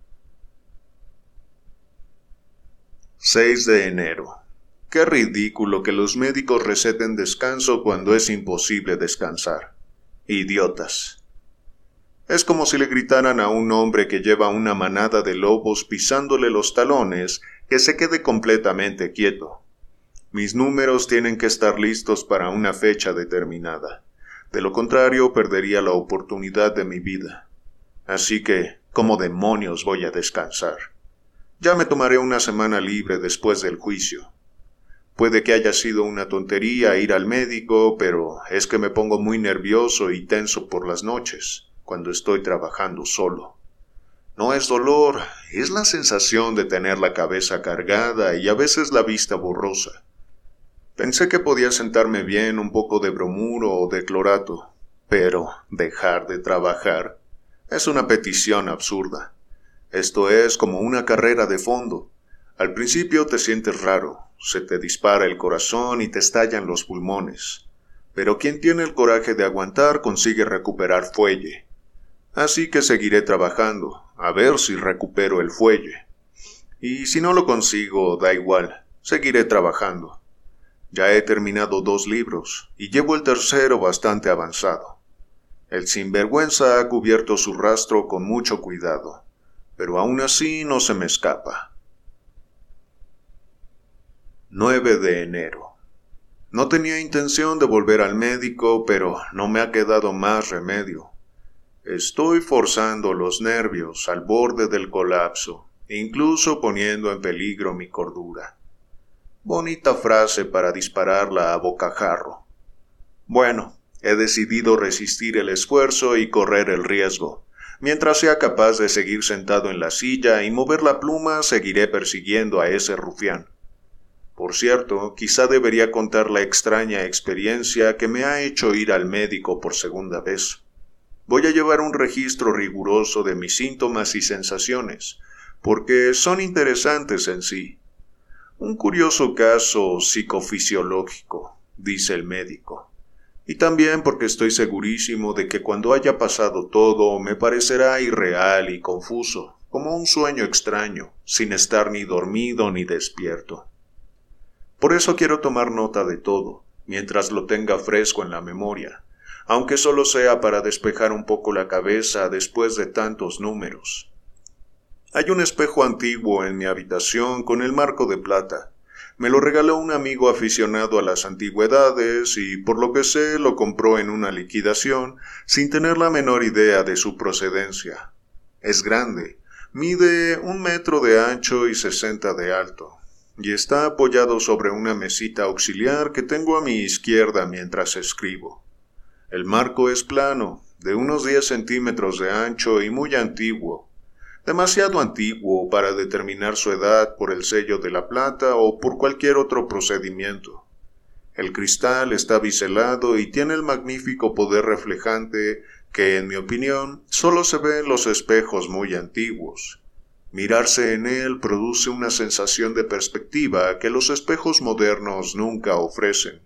6 de enero. Qué ridículo que los médicos receten descanso cuando es imposible descansar. Idiotas. Es como si le gritaran a un hombre que lleva una manada de lobos pisándole los talones que se quede completamente quieto. Mis números tienen que estar listos para una fecha determinada. De lo contrario, perdería la oportunidad de mi vida. Así que, ¿cómo demonios voy a descansar? Ya me tomaré una semana libre después del juicio. Puede que haya sido una tontería ir al médico, pero es que me pongo muy nervioso y tenso por las noches, cuando estoy trabajando solo. No es dolor, es la sensación de tener la cabeza cargada y a veces la vista borrosa. Pensé que podía sentarme bien un poco de bromuro o de clorato, pero dejar de trabajar es una petición absurda. Esto es como una carrera de fondo. Al principio te sientes raro, se te dispara el corazón y te estallan los pulmones. Pero quien tiene el coraje de aguantar consigue recuperar fuelle. Así que seguiré trabajando, a ver si recupero el fuelle. Y si no lo consigo, da igual, seguiré trabajando. Ya he terminado 2 libros, y llevo el tercero bastante avanzado. El sinvergüenza ha cubierto su rastro con mucho cuidado, pero aún así no se me escapa. 9 de enero. No tenía intención de volver al médico, pero no me ha quedado más remedio. Estoy forzando los nervios al borde del colapso, incluso poniendo en peligro mi cordura. Bonita frase para dispararla a bocajarro. Bueno, he decidido resistir el esfuerzo y correr el riesgo. Mientras sea capaz de seguir sentado en la silla y mover la pluma, seguiré persiguiendo a ese rufián. Por cierto, quizá debería contar la extraña experiencia que me ha hecho ir al médico por segunda vez. Voy a llevar un registro riguroso de mis síntomas y sensaciones, porque son interesantes en sí. Un curioso caso psicofisiológico, dice el médico. Y también porque estoy segurísimo de que cuando haya pasado todo me parecerá irreal y confuso, como un sueño extraño, sin estar ni dormido ni despierto. Por eso quiero tomar nota de todo, mientras lo tenga fresco en la memoria, aunque solo sea para despejar un poco la cabeza después de tantos números. Hay un espejo antiguo en mi habitación con el marco de plata. Me lo regaló un amigo aficionado a las antigüedades y, por lo que sé, lo compró en una liquidación sin tener la menor idea de su procedencia. Es grande, mide 1 metro de ancho y 60 de alto, y está apoyado sobre una mesita auxiliar que tengo a mi izquierda mientras escribo. El marco es plano, de unos 10 centímetros de ancho y muy antiguo. Demasiado antiguo para determinar su edad por el sello de la plata o por cualquier otro procedimiento. El cristal está biselado y tiene el magnífico poder reflejante que, en mi opinión, solo se ve en los espejos muy antiguos. Mirarse en él produce una sensación de perspectiva que los espejos modernos nunca ofrecen.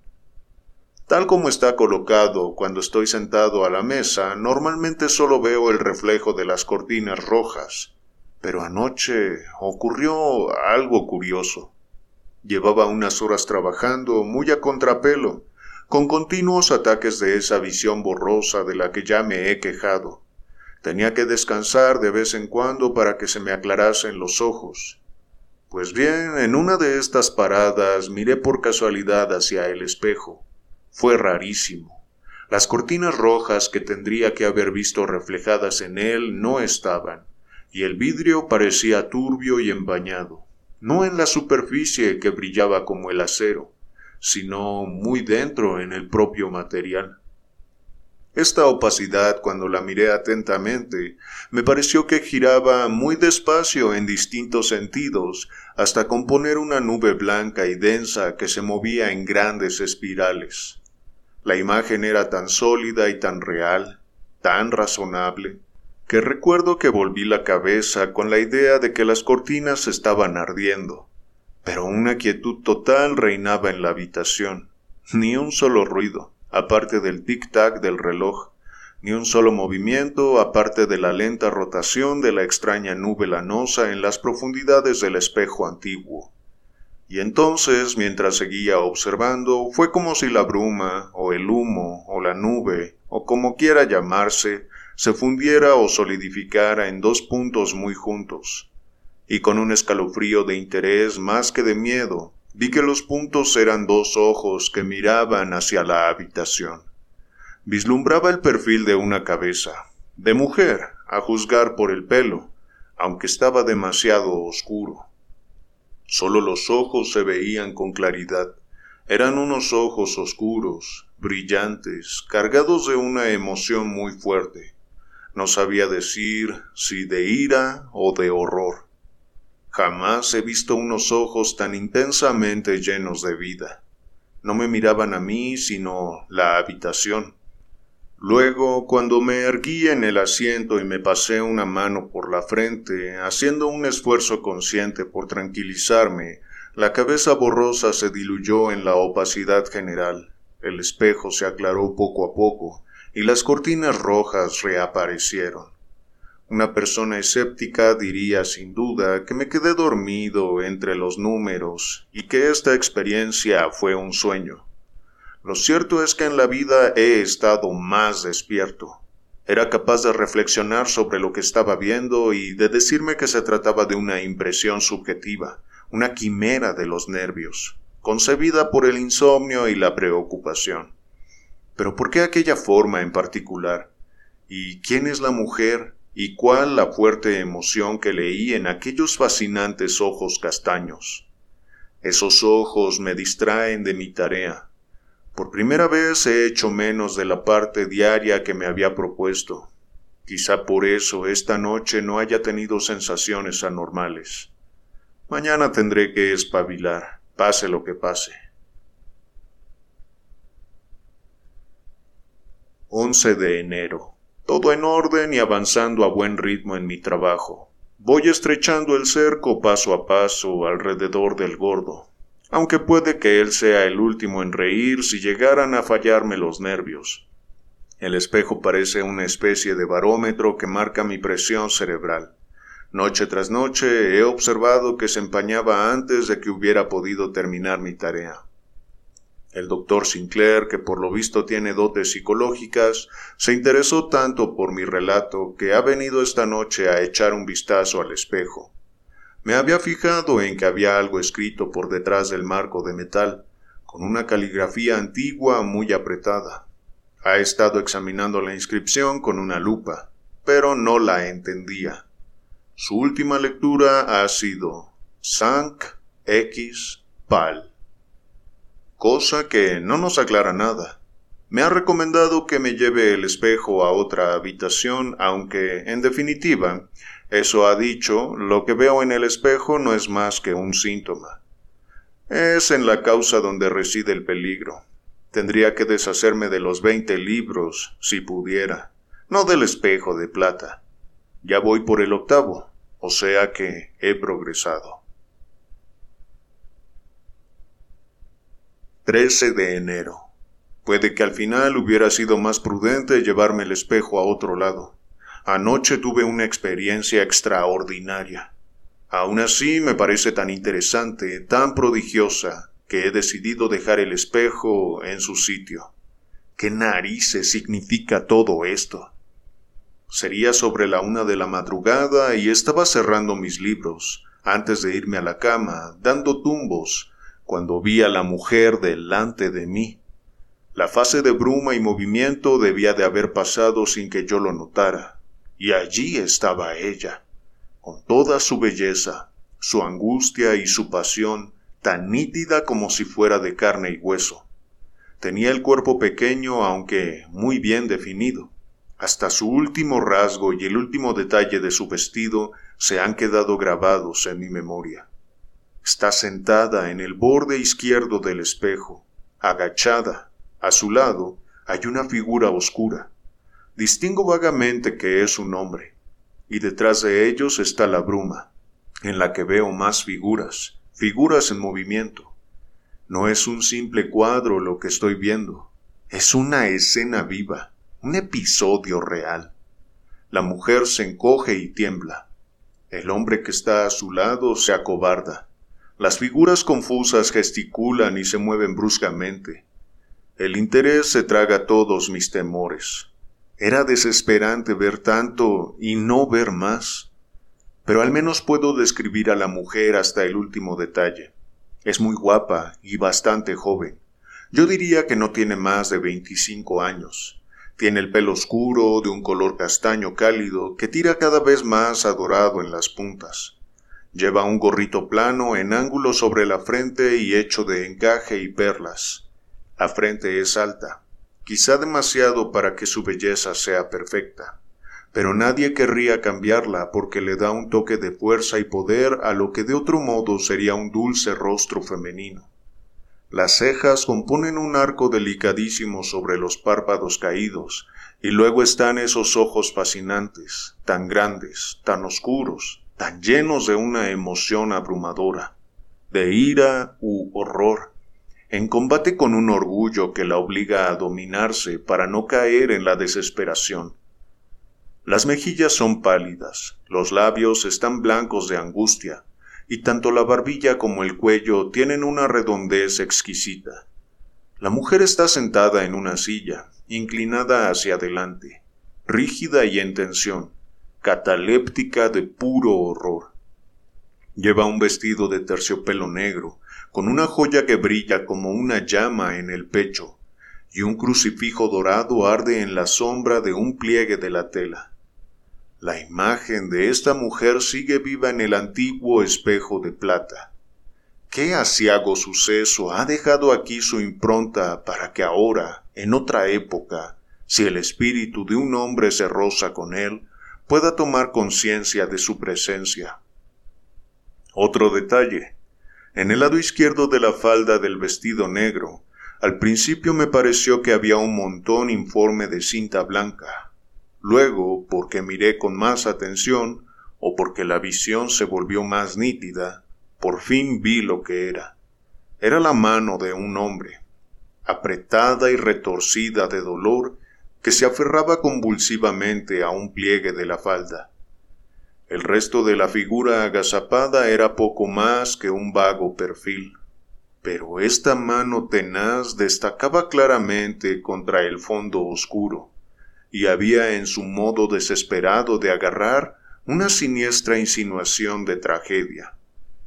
Tal como está colocado cuando estoy sentado a la mesa, normalmente solo veo el reflejo de las cortinas rojas, pero anoche ocurrió algo curioso. Llevaba unas horas trabajando muy a contrapelo, con continuos ataques de esa visión borrosa de la que ya me he quejado. Tenía que descansar de vez en cuando para que se me aclarasen los ojos. Pues bien, en una de estas paradas miré por casualidad hacia el espejo. Fue rarísimo. Las cortinas rojas que tendría que haber visto reflejadas en él no estaban, y el vidrio parecía turbio y empañado, no en la superficie que brillaba como el acero, sino muy dentro en el propio material. Esta opacidad, cuando la miré atentamente, me pareció que giraba muy despacio en distintos sentidos hasta componer una nube blanca y densa que se movía en grandes espirales. La imagen era tan sólida y tan real, tan razonable, que recuerdo que volví la cabeza con la idea de que las cortinas estaban ardiendo, pero una quietud total reinaba en la habitación. Ni un solo ruido, aparte del tic-tac del reloj, ni un solo movimiento, aparte de la lenta rotación de la extraña nube lanosa en las profundidades del espejo antiguo. Y entonces, mientras seguía observando, fue como si la bruma, o el humo, o la nube, o como quiera llamarse, se fundiera o solidificara en 2 puntos muy juntos. Y con un escalofrío de interés más que de miedo, vi que los puntos eran 2 ojos que miraban hacia la habitación. Vislumbraba el perfil de una cabeza, de mujer, a juzgar por el pelo, aunque estaba demasiado oscuro. Solo los ojos se veían con claridad. Eran unos ojos oscuros, brillantes, cargados de una emoción muy fuerte. No sabía decir si de ira o de horror. Jamás he visto unos ojos tan intensamente llenos de vida. No me miraban a mí, sino la habitación. Luego, cuando me erguí en el asiento y me pasé una mano por la frente, haciendo un esfuerzo consciente por tranquilizarme, la cabeza borrosa se diluyó en la opacidad general. El espejo se aclaró poco a poco, y las cortinas rojas reaparecieron. Una persona escéptica diría sin duda que me quedé dormido entre los números y que esta experiencia fue un sueño. Lo cierto es que en la vida he estado más despierto. Era capaz de reflexionar sobre lo que estaba viendo y de decirme que se trataba de una impresión subjetiva, una quimera de los nervios, concebida por el insomnio y la preocupación. Pero ¿por qué aquella forma en particular? ¿Y quién es la mujer? ¿Y cuál la fuerte emoción que leí en aquellos fascinantes ojos castaños? Esos ojos me distraen de mi tarea. Por primera vez he hecho menos de la parte diaria que me había propuesto. Quizá por eso esta noche no haya tenido sensaciones anormales. Mañana tendré que espabilar, pase lo que pase. 11 de enero. Todo en orden y avanzando a buen ritmo en mi trabajo. Voy estrechando el cerco paso a paso alrededor del gordo, aunque puede que él sea el último en reír si llegaran a fallarme los nervios. El espejo parece una especie de barómetro que marca mi presión cerebral. Noche tras noche he observado que se empañaba antes de que hubiera podido terminar mi tarea. El doctor Sinclair, que por lo visto tiene dotes psicológicas, se interesó tanto por mi relato que ha venido esta noche a echar un vistazo al espejo. Me había fijado en que había algo escrito por detrás del marco de metal, con una caligrafía antigua muy apretada. Ha estado examinando la inscripción con una lupa, pero no la entendía. Su última lectura ha sido Sank X Pal, cosa que no nos aclara nada. Me ha recomendado que me lleve el espejo a otra habitación, aunque, en definitiva, eso ha dicho, lo que veo en el espejo no es más que un síntoma. Es en la causa donde reside el peligro. Tendría que deshacerme de los 20 libros, si pudiera, no del espejo de plata. Ya voy por el 8º, o sea que he progresado. 13 de enero. Puede que al final hubiera sido más prudente llevarme el espejo a otro lado. Anoche tuve una experiencia extraordinaria. Aún así me parece tan interesante, tan prodigiosa, que he decidido dejar el espejo en su sitio. ¿Qué narices significa todo esto? Sería sobre la 1 de la madrugada y estaba cerrando mis libros, antes de irme a la cama, dando tumbos, cuando vi a la mujer delante de mí. La fase de bruma y movimiento debía de haber pasado sin que yo lo notara, y allí estaba ella, con toda su belleza, su angustia y su pasión, tan nítida como si fuera de carne y hueso. Tenía el cuerpo pequeño, aunque muy bien definido. Hasta su último rasgo y el último detalle de su vestido se han quedado grabados en mi memoria. Está sentada en el borde izquierdo del espejo, agachada. A su lado hay una figura oscura. Distingo vagamente que es un hombre, y detrás de ellos está la bruma, en la que veo más figuras en movimiento. No es un simple cuadro lo que estoy viendo, es una escena viva, un episodio real. La mujer se encoge y tiembla. El hombre que está a su lado se acobarda. Las figuras confusas gesticulan y se mueven bruscamente. El interés se traga todos mis temores. Era desesperante ver tanto y no ver más. Pero al menos puedo describir a la mujer hasta el último detalle. Es muy guapa y bastante joven. Yo diría que no tiene más de 25 años. Tiene el pelo oscuro, de un color castaño cálido, que tira cada vez más a dorado en las puntas. Lleva un gorrito plano en ángulo sobre la frente y hecho de encaje y perlas. La frente es alta, quizá demasiado para que su belleza sea perfecta, pero nadie querría cambiarla porque le da un toque de fuerza y poder a lo que de otro modo sería un dulce rostro femenino. Las cejas componen un arco delicadísimo sobre los párpados caídos, y luego están esos ojos fascinantes, tan grandes, tan oscuros, tan llenos de una emoción abrumadora, de ira u horror, en combate con un orgullo que la obliga a dominarse para no caer en la desesperación. Las mejillas son pálidas, los labios están blancos de angustia, y tanto la barbilla como el cuello tienen una redondez exquisita. La mujer está sentada en una silla, inclinada hacia adelante, rígida y en tensión, cataléptica de puro horror. Lleva un vestido de terciopelo negro, con una joya que brilla como una llama en el pecho, y un crucifijo dorado arde en la sombra de un pliegue de la tela. La imagen de esta mujer sigue viva en el antiguo espejo de plata. ¿Qué aciago suceso ha dejado aquí su impronta para que ahora, en otra época, si el espíritu de un hombre se roza con él, pueda tomar conciencia de su presencia? Otro detalle. En el lado izquierdo de la falda del vestido negro, al principio me pareció que había un montón informe de cinta blanca. Luego, porque miré con más atención, o porque la visión se volvió más nítida, por fin vi lo que era. Era la mano de un hombre, apretada y retorcida de dolor, que se aferraba convulsivamente a un pliegue de la falda. El resto de la figura agazapada era poco más que un vago perfil, pero esta mano tenaz destacaba claramente contra el fondo oscuro, y había en su modo desesperado de agarrar una siniestra insinuación de tragedia.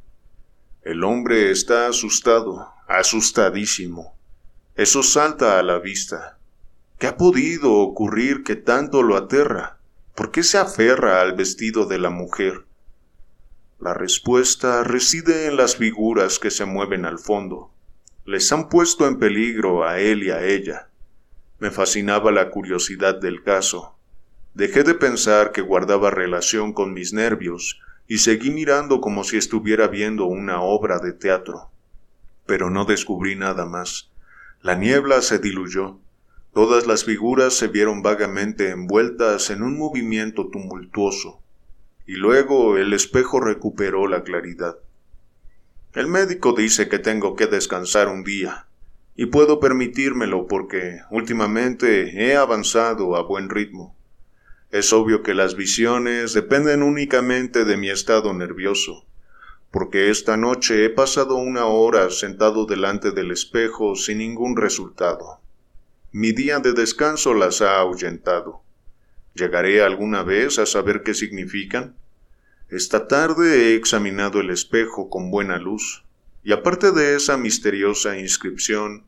El hombre está asustado, asustadísimo. Eso salta a la vista. ¿Qué ha podido ocurrir que tanto lo aterra? ¿Por qué se aferra al vestido de la mujer? La respuesta reside en las figuras que se mueven al fondo. Les han puesto en peligro a él y a ella. Me fascinaba la curiosidad del caso. Dejé de pensar que guardaba relación con mis nervios y seguí mirando como si estuviera viendo una obra de teatro. Pero no descubrí nada más. La niebla se diluyó. Todas las figuras se vieron vagamente envueltas en un movimiento tumultuoso, y luego el espejo recuperó la claridad. El médico dice que tengo que descansar un día, y puedo permitírmelo porque últimamente he avanzado a buen ritmo. Es obvio que las visiones dependen únicamente de mi estado nervioso, porque esta noche he pasado 1 hora sentado delante del espejo sin ningún resultado. Mi día de descanso las ha ahuyentado. ¿Llegaré alguna vez a saber qué significan? Esta tarde he examinado el espejo con buena luz, y aparte de esa misteriosa inscripción,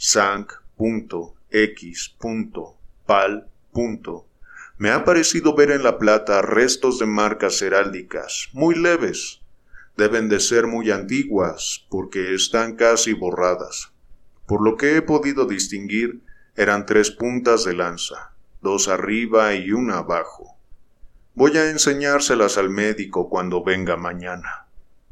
Sank.X.Pal. Me ha parecido ver en la plata restos de marcas heráldicas, muy leves. Deben de ser muy antiguas, porque están casi borradas. Por lo que he podido distinguir, eran 3 puntas de lanza, 2 arriba y 1 abajo. Voy a enseñárselas al médico cuando venga mañana.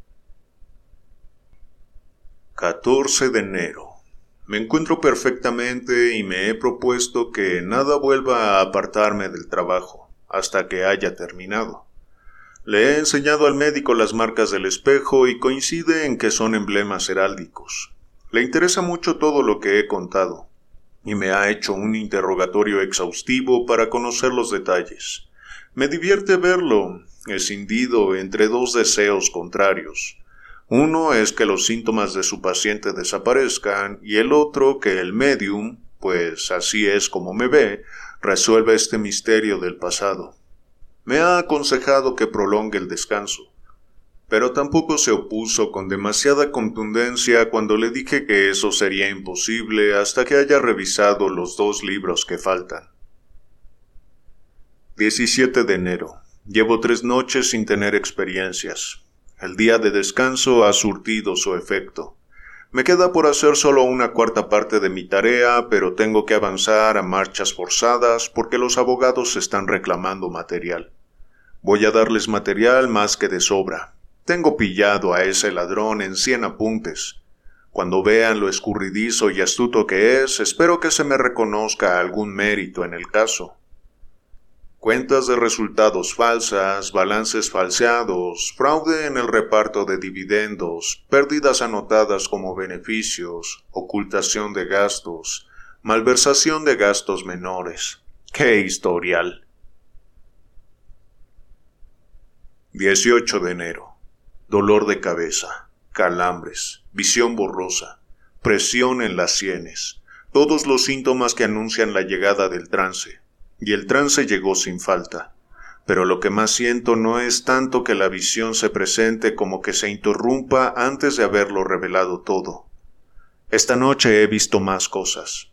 14 de enero. Me encuentro perfectamente y me he propuesto que nada vuelva a apartarme del trabajo hasta que haya terminado. Le he enseñado al médico las marcas del espejo y coincide en que son emblemas heráldicos. Le interesa mucho todo lo que he contado, y me ha hecho un interrogatorio exhaustivo para conocer los detalles. Me divierte verlo, escindido entre 2 deseos contrarios. Uno es que los síntomas de su paciente desaparezcan, y el otro que el médium, pues así es como me ve, resuelva este misterio del pasado. Me ha aconsejado que prolongue el descanso, pero tampoco se opuso con demasiada contundencia cuando le dije que eso sería imposible hasta que haya revisado los 2 libros que faltan. 17 de enero. Llevo 3 noches sin tener experiencias. El día de descanso ha surtido su efecto. Me queda por hacer solo 1/4 parte de mi tarea, pero tengo que avanzar a marchas forzadas porque los abogados están reclamando material. Voy a darles material más que de sobra. Tengo pillado a ese ladrón en 100 apuntes. Cuando vean lo escurridizo y astuto que es, espero que se me reconozca algún mérito en el caso. Cuentas de resultados falsas, balances falseados, fraude en el reparto de dividendos, pérdidas anotadas como beneficios, ocultación de gastos, malversación de gastos menores. ¡Qué historial! 18 de enero. Dolor de cabeza, calambres, visión borrosa, presión en las sienes, todos los síntomas que anuncian la llegada del trance. Y el trance llegó sin falta, pero lo que más siento no es tanto que la visión se presente como que se interrumpa antes de haberlo revelado todo. Esta noche he visto más cosas.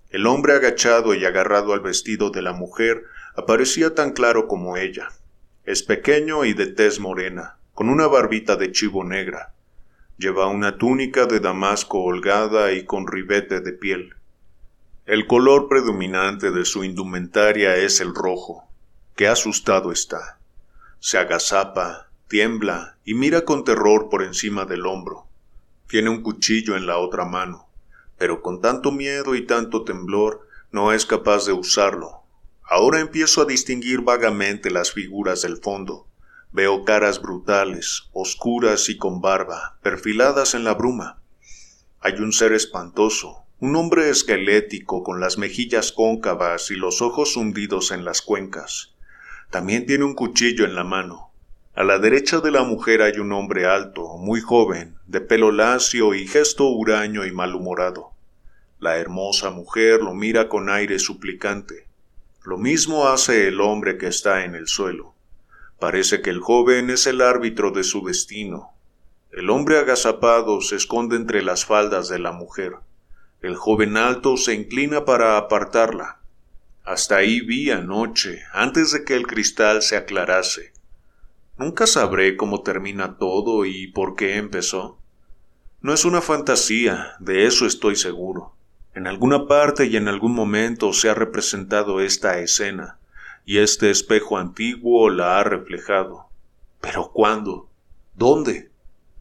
El hombre agachado y agarrado al vestido de la mujer aparecía tan claro como ella. Es pequeño y de tez morena, con una barbita de chivo negra. Lleva una túnica de damasco holgada y con ribete de piel. El color predominante de su indumentaria es el rojo. Qué asustado está. Se agazapa, tiembla y mira con terror por encima del hombro. Tiene un cuchillo en la otra mano, pero con tanto miedo y tanto temblor no es capaz de usarlo. Ahora empiezo a distinguir vagamente las figuras del fondo. Veo caras brutales, oscuras y con barba, perfiladas en la bruma. Hay un ser espantoso, un hombre esquelético con las mejillas cóncavas y los ojos hundidos en las cuencas. También tiene un cuchillo en la mano. A la derecha de la mujer hay un hombre alto, muy joven, de pelo lacio y gesto huraño y malhumorado. La hermosa mujer lo mira con aire suplicante. Lo mismo hace el hombre que está en el suelo. Parece que el joven es el árbitro de su destino. El hombre agazapado se esconde entre las faldas de la mujer. El joven alto se inclina para apartarla. Hasta ahí vi anoche, antes de que el cristal se aclarase. Nunca sabré cómo termina todo y por qué empezó. No es una fantasía, de eso estoy seguro. En alguna parte y en algún momento se ha representado esta escena, y este espejo antiguo la ha reflejado. ¿Pero cuándo? ¿Dónde?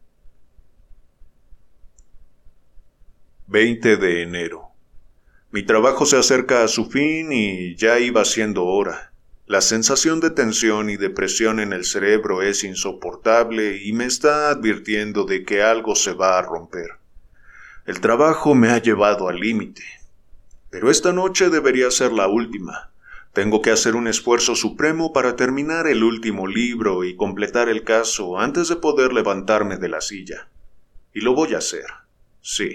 20 de enero. Mi trabajo se acerca a su fin y ya iba siendo hora. La sensación de tensión y de presión en el cerebro es insoportable y me está advirtiendo de que algo se va a romper. El trabajo me ha llevado al límite. Pero esta noche debería ser la última. Tengo que hacer un esfuerzo supremo para terminar el último libro y completar el caso antes de poder levantarme de la silla. Y lo voy a hacer, sí.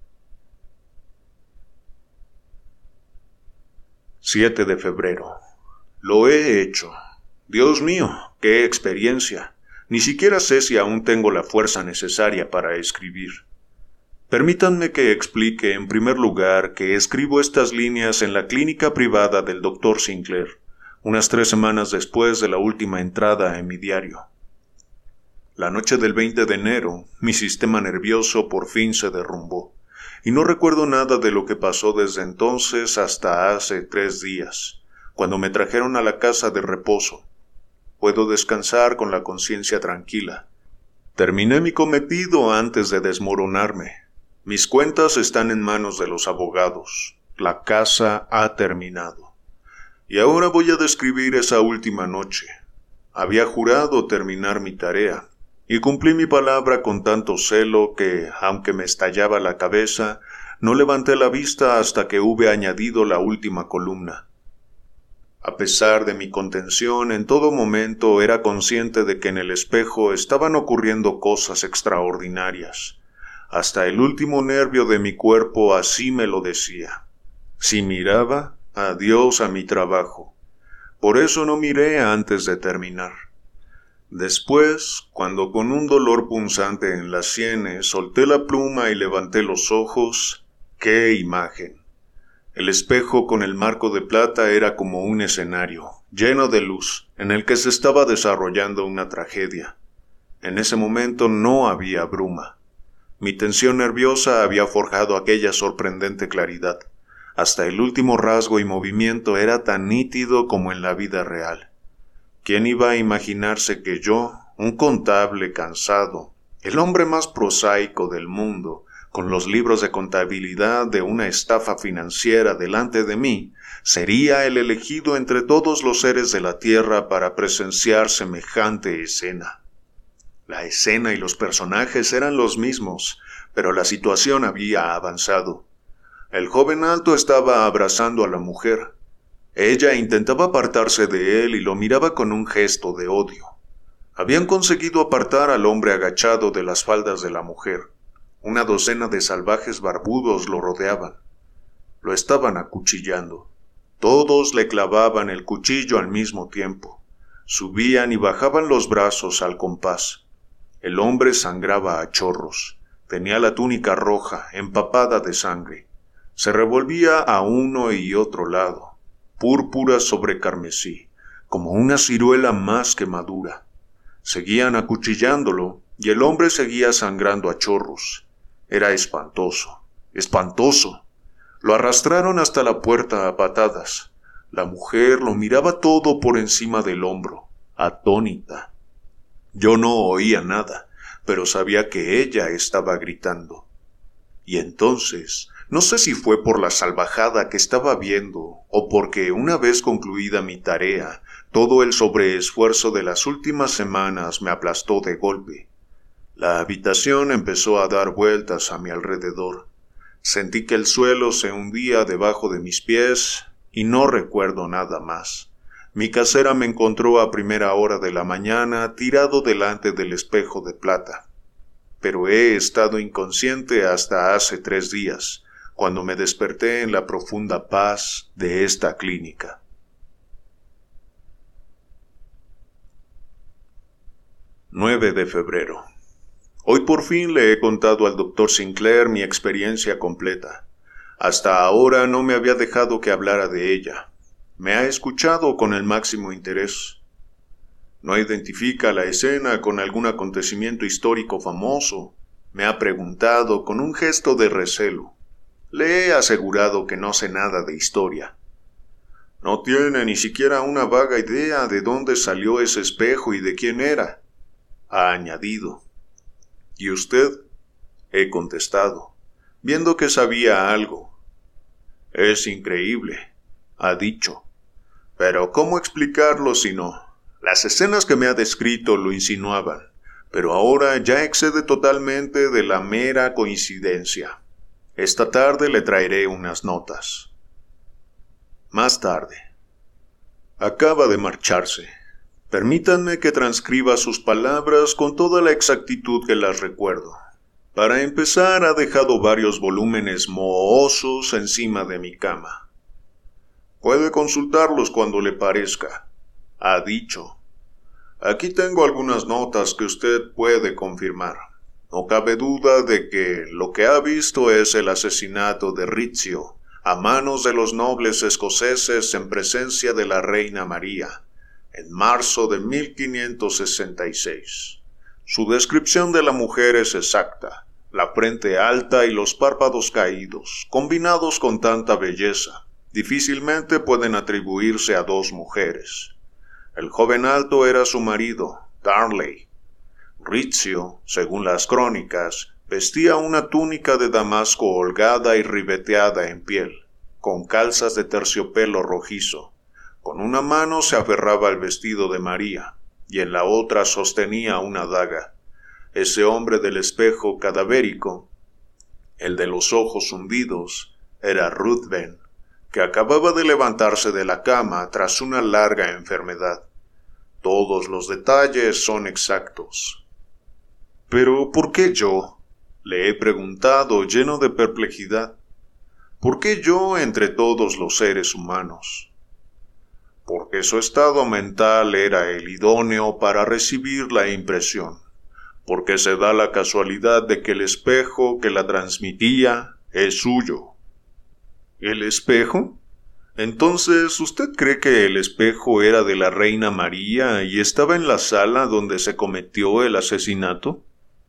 7 de febrero. Lo he hecho. Dios mío, qué experiencia. Ni siquiera sé si aún tengo la fuerza necesaria para escribir. Permítanme que explique en primer lugar que escribo estas líneas en la clínica privada del Dr. Sinclair, unas 3 semanas después de la última entrada en mi diario. La noche del 20 de enero, mi sistema nervioso por fin se derrumbó, y no recuerdo nada de lo que pasó desde entonces hasta hace 3 días, cuando me trajeron a la casa de reposo. Puedo descansar con la conciencia tranquila. Terminé mi cometido antes de desmoronarme. Mis cuentas están en manos de los abogados. La casa ha terminado. Y ahora voy a describir esa última noche. Había jurado terminar mi tarea, y cumplí mi palabra con tanto celo que, aunque me estallaba la cabeza, no levanté la vista hasta que hube añadido la última columna. A pesar de mi contención, en todo momento era consciente de que en el espejo estaban ocurriendo cosas extraordinarias. Hasta el último nervio de mi cuerpo así me lo decía. Si miraba, adiós a mi trabajo. Por eso no miré antes de terminar. Después, cuando con un dolor punzante en las sienes solté la pluma y levanté los ojos, ¡qué imagen! El espejo con el marco de plata era como un escenario, lleno de luz, en el que se estaba desarrollando una tragedia. En ese momento no había bruma. Mi tensión nerviosa había forjado aquella sorprendente claridad. Hasta el último rasgo y movimiento era tan nítido como en la vida real. ¿Quién iba a imaginarse que yo, un contable cansado, el hombre más prosaico del mundo, con los libros de contabilidad de una estafa financiera delante de mí, sería el elegido entre todos los seres de la tierra para presenciar semejante escena? La escena y los personajes eran los mismos, pero la situación había avanzado. El joven alto estaba abrazando a la mujer. Ella intentaba apartarse de él y lo miraba con un gesto de odio. Habían conseguido apartar al hombre agachado de las faldas de la mujer. Una docena de salvajes barbudos lo rodeaban. Lo estaban acuchillando. Todos le clavaban el cuchillo al mismo tiempo. Subían y bajaban los brazos al compás. El hombre sangraba a chorros. Tenía la túnica roja, empapada de sangre. Se revolvía a uno y otro lado, púrpura sobre carmesí, como una ciruela más que madura. Seguían acuchillándolo y el hombre seguía sangrando a chorros. Era espantoso, espantoso. Lo arrastraron hasta la puerta a patadas. La mujer lo miraba todo por encima del hombro, atónita. Yo no oía nada, pero sabía que ella estaba gritando. Y entonces, no sé si fue por la salvajada que estaba viendo o porque una vez concluida mi tarea, todo el sobreesfuerzo de las últimas semanas me aplastó de golpe. La habitación empezó a dar vueltas a mi alrededor. Sentí que el suelo se hundía debajo de mis pies y no recuerdo nada más. Mi casera me encontró a primera hora de la mañana tirado delante del espejo de plata. Pero he estado inconsciente hasta hace 3 días, cuando me desperté en la profunda paz de esta clínica. 9 de febrero. Hoy por fin le he contado al Dr. Sinclair mi experiencia completa. Hasta ahora no me había dejado que hablara de ella. Me ha escuchado con el máximo interés. ¿No identifica la escena con algún acontecimiento histórico famoso? Me ha preguntado con un gesto de recelo. Le he asegurado que no sé nada de historia. No tiene ni siquiera una vaga idea de dónde salió ese espejo y de quién era, ha añadido. ¿Y usted? He contestado, viendo que sabía algo. Es increíble, ha dicho. Pero ¿cómo explicarlo si no? Las escenas que me ha descrito lo insinuaban, pero ahora ya excede totalmente de la mera coincidencia. Esta tarde le traeré unas notas. Más tarde. Acaba de marcharse. Permítanme que transcriba sus palabras con toda la exactitud que las recuerdo. Para empezar, ha dejado varios volúmenes mohosos encima de mi cama. Puede consultarlos cuando le parezca, ha dicho. Aquí tengo algunas notas que usted puede confirmar. No cabe duda de que lo que ha visto es el asesinato de Rizzio a manos de los nobles escoceses en presencia de la reina María, en marzo de 1566. Su descripción de la mujer es exacta, la frente alta y los párpados caídos, combinados con tanta belleza, difícilmente pueden atribuirse a 2 mujeres. El joven alto era su marido, Darnley. Rizzio, según las crónicas, vestía una túnica de damasco holgada y ribeteada en piel, con calzas de terciopelo rojizo. Con una mano se aferraba al vestido de María, y en la otra sostenía una daga. Ese hombre del espejo cadavérico, el de los ojos hundidos, era Ruthven, que acababa de levantarse de la cama tras una larga enfermedad. Todos los detalles son exactos. «¿Pero por qué yo?», le he preguntado lleno de perplejidad. «¿Por qué yo entre todos los seres humanos?». Porque su estado mental era el idóneo para recibir la impresión, porque se da la casualidad de que el espejo que la transmitía es suyo. ¿El espejo? Entonces, ¿usted cree que el espejo era de la reina María y estaba en la sala donde se cometió el asesinato?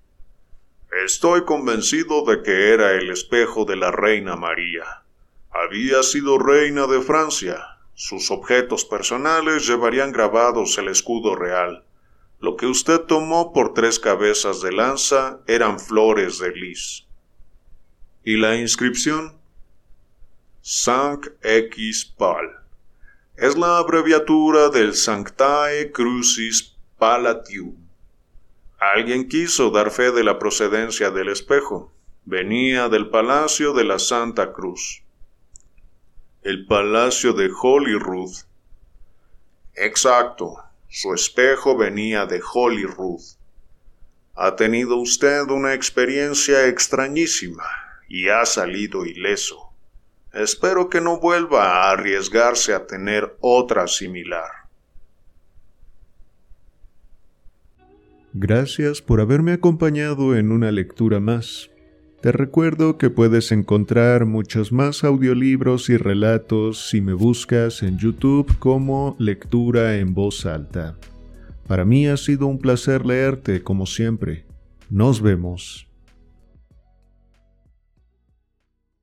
Estoy convencido de que era el espejo de la reina María. Había sido reina de Francia. Sus objetos personales llevarían grabados el escudo real. Lo que usted tomó por 3 cabezas de lanza eran flores de lis. ¿Y la inscripción? Sanct X Pal. Es la abreviatura del Sanctae Crucis Palatium. Alguien quiso dar fe de la procedencia del espejo. Venía del Palacio de la Santa Cruz. El Palacio de Holyrood. Exacto, su espejo venía de Holyrood. Ha tenido usted una experiencia extrañísima y ha salido ileso. Espero que no vuelva a arriesgarse a tener otra similar. Gracias por haberme acompañado en una lectura más. Te recuerdo que puedes encontrar muchos más audiolibros y relatos si me buscas en YouTube como Lectura en Voz Alta. Para mí ha sido un placer leerte como siempre. Nos vemos.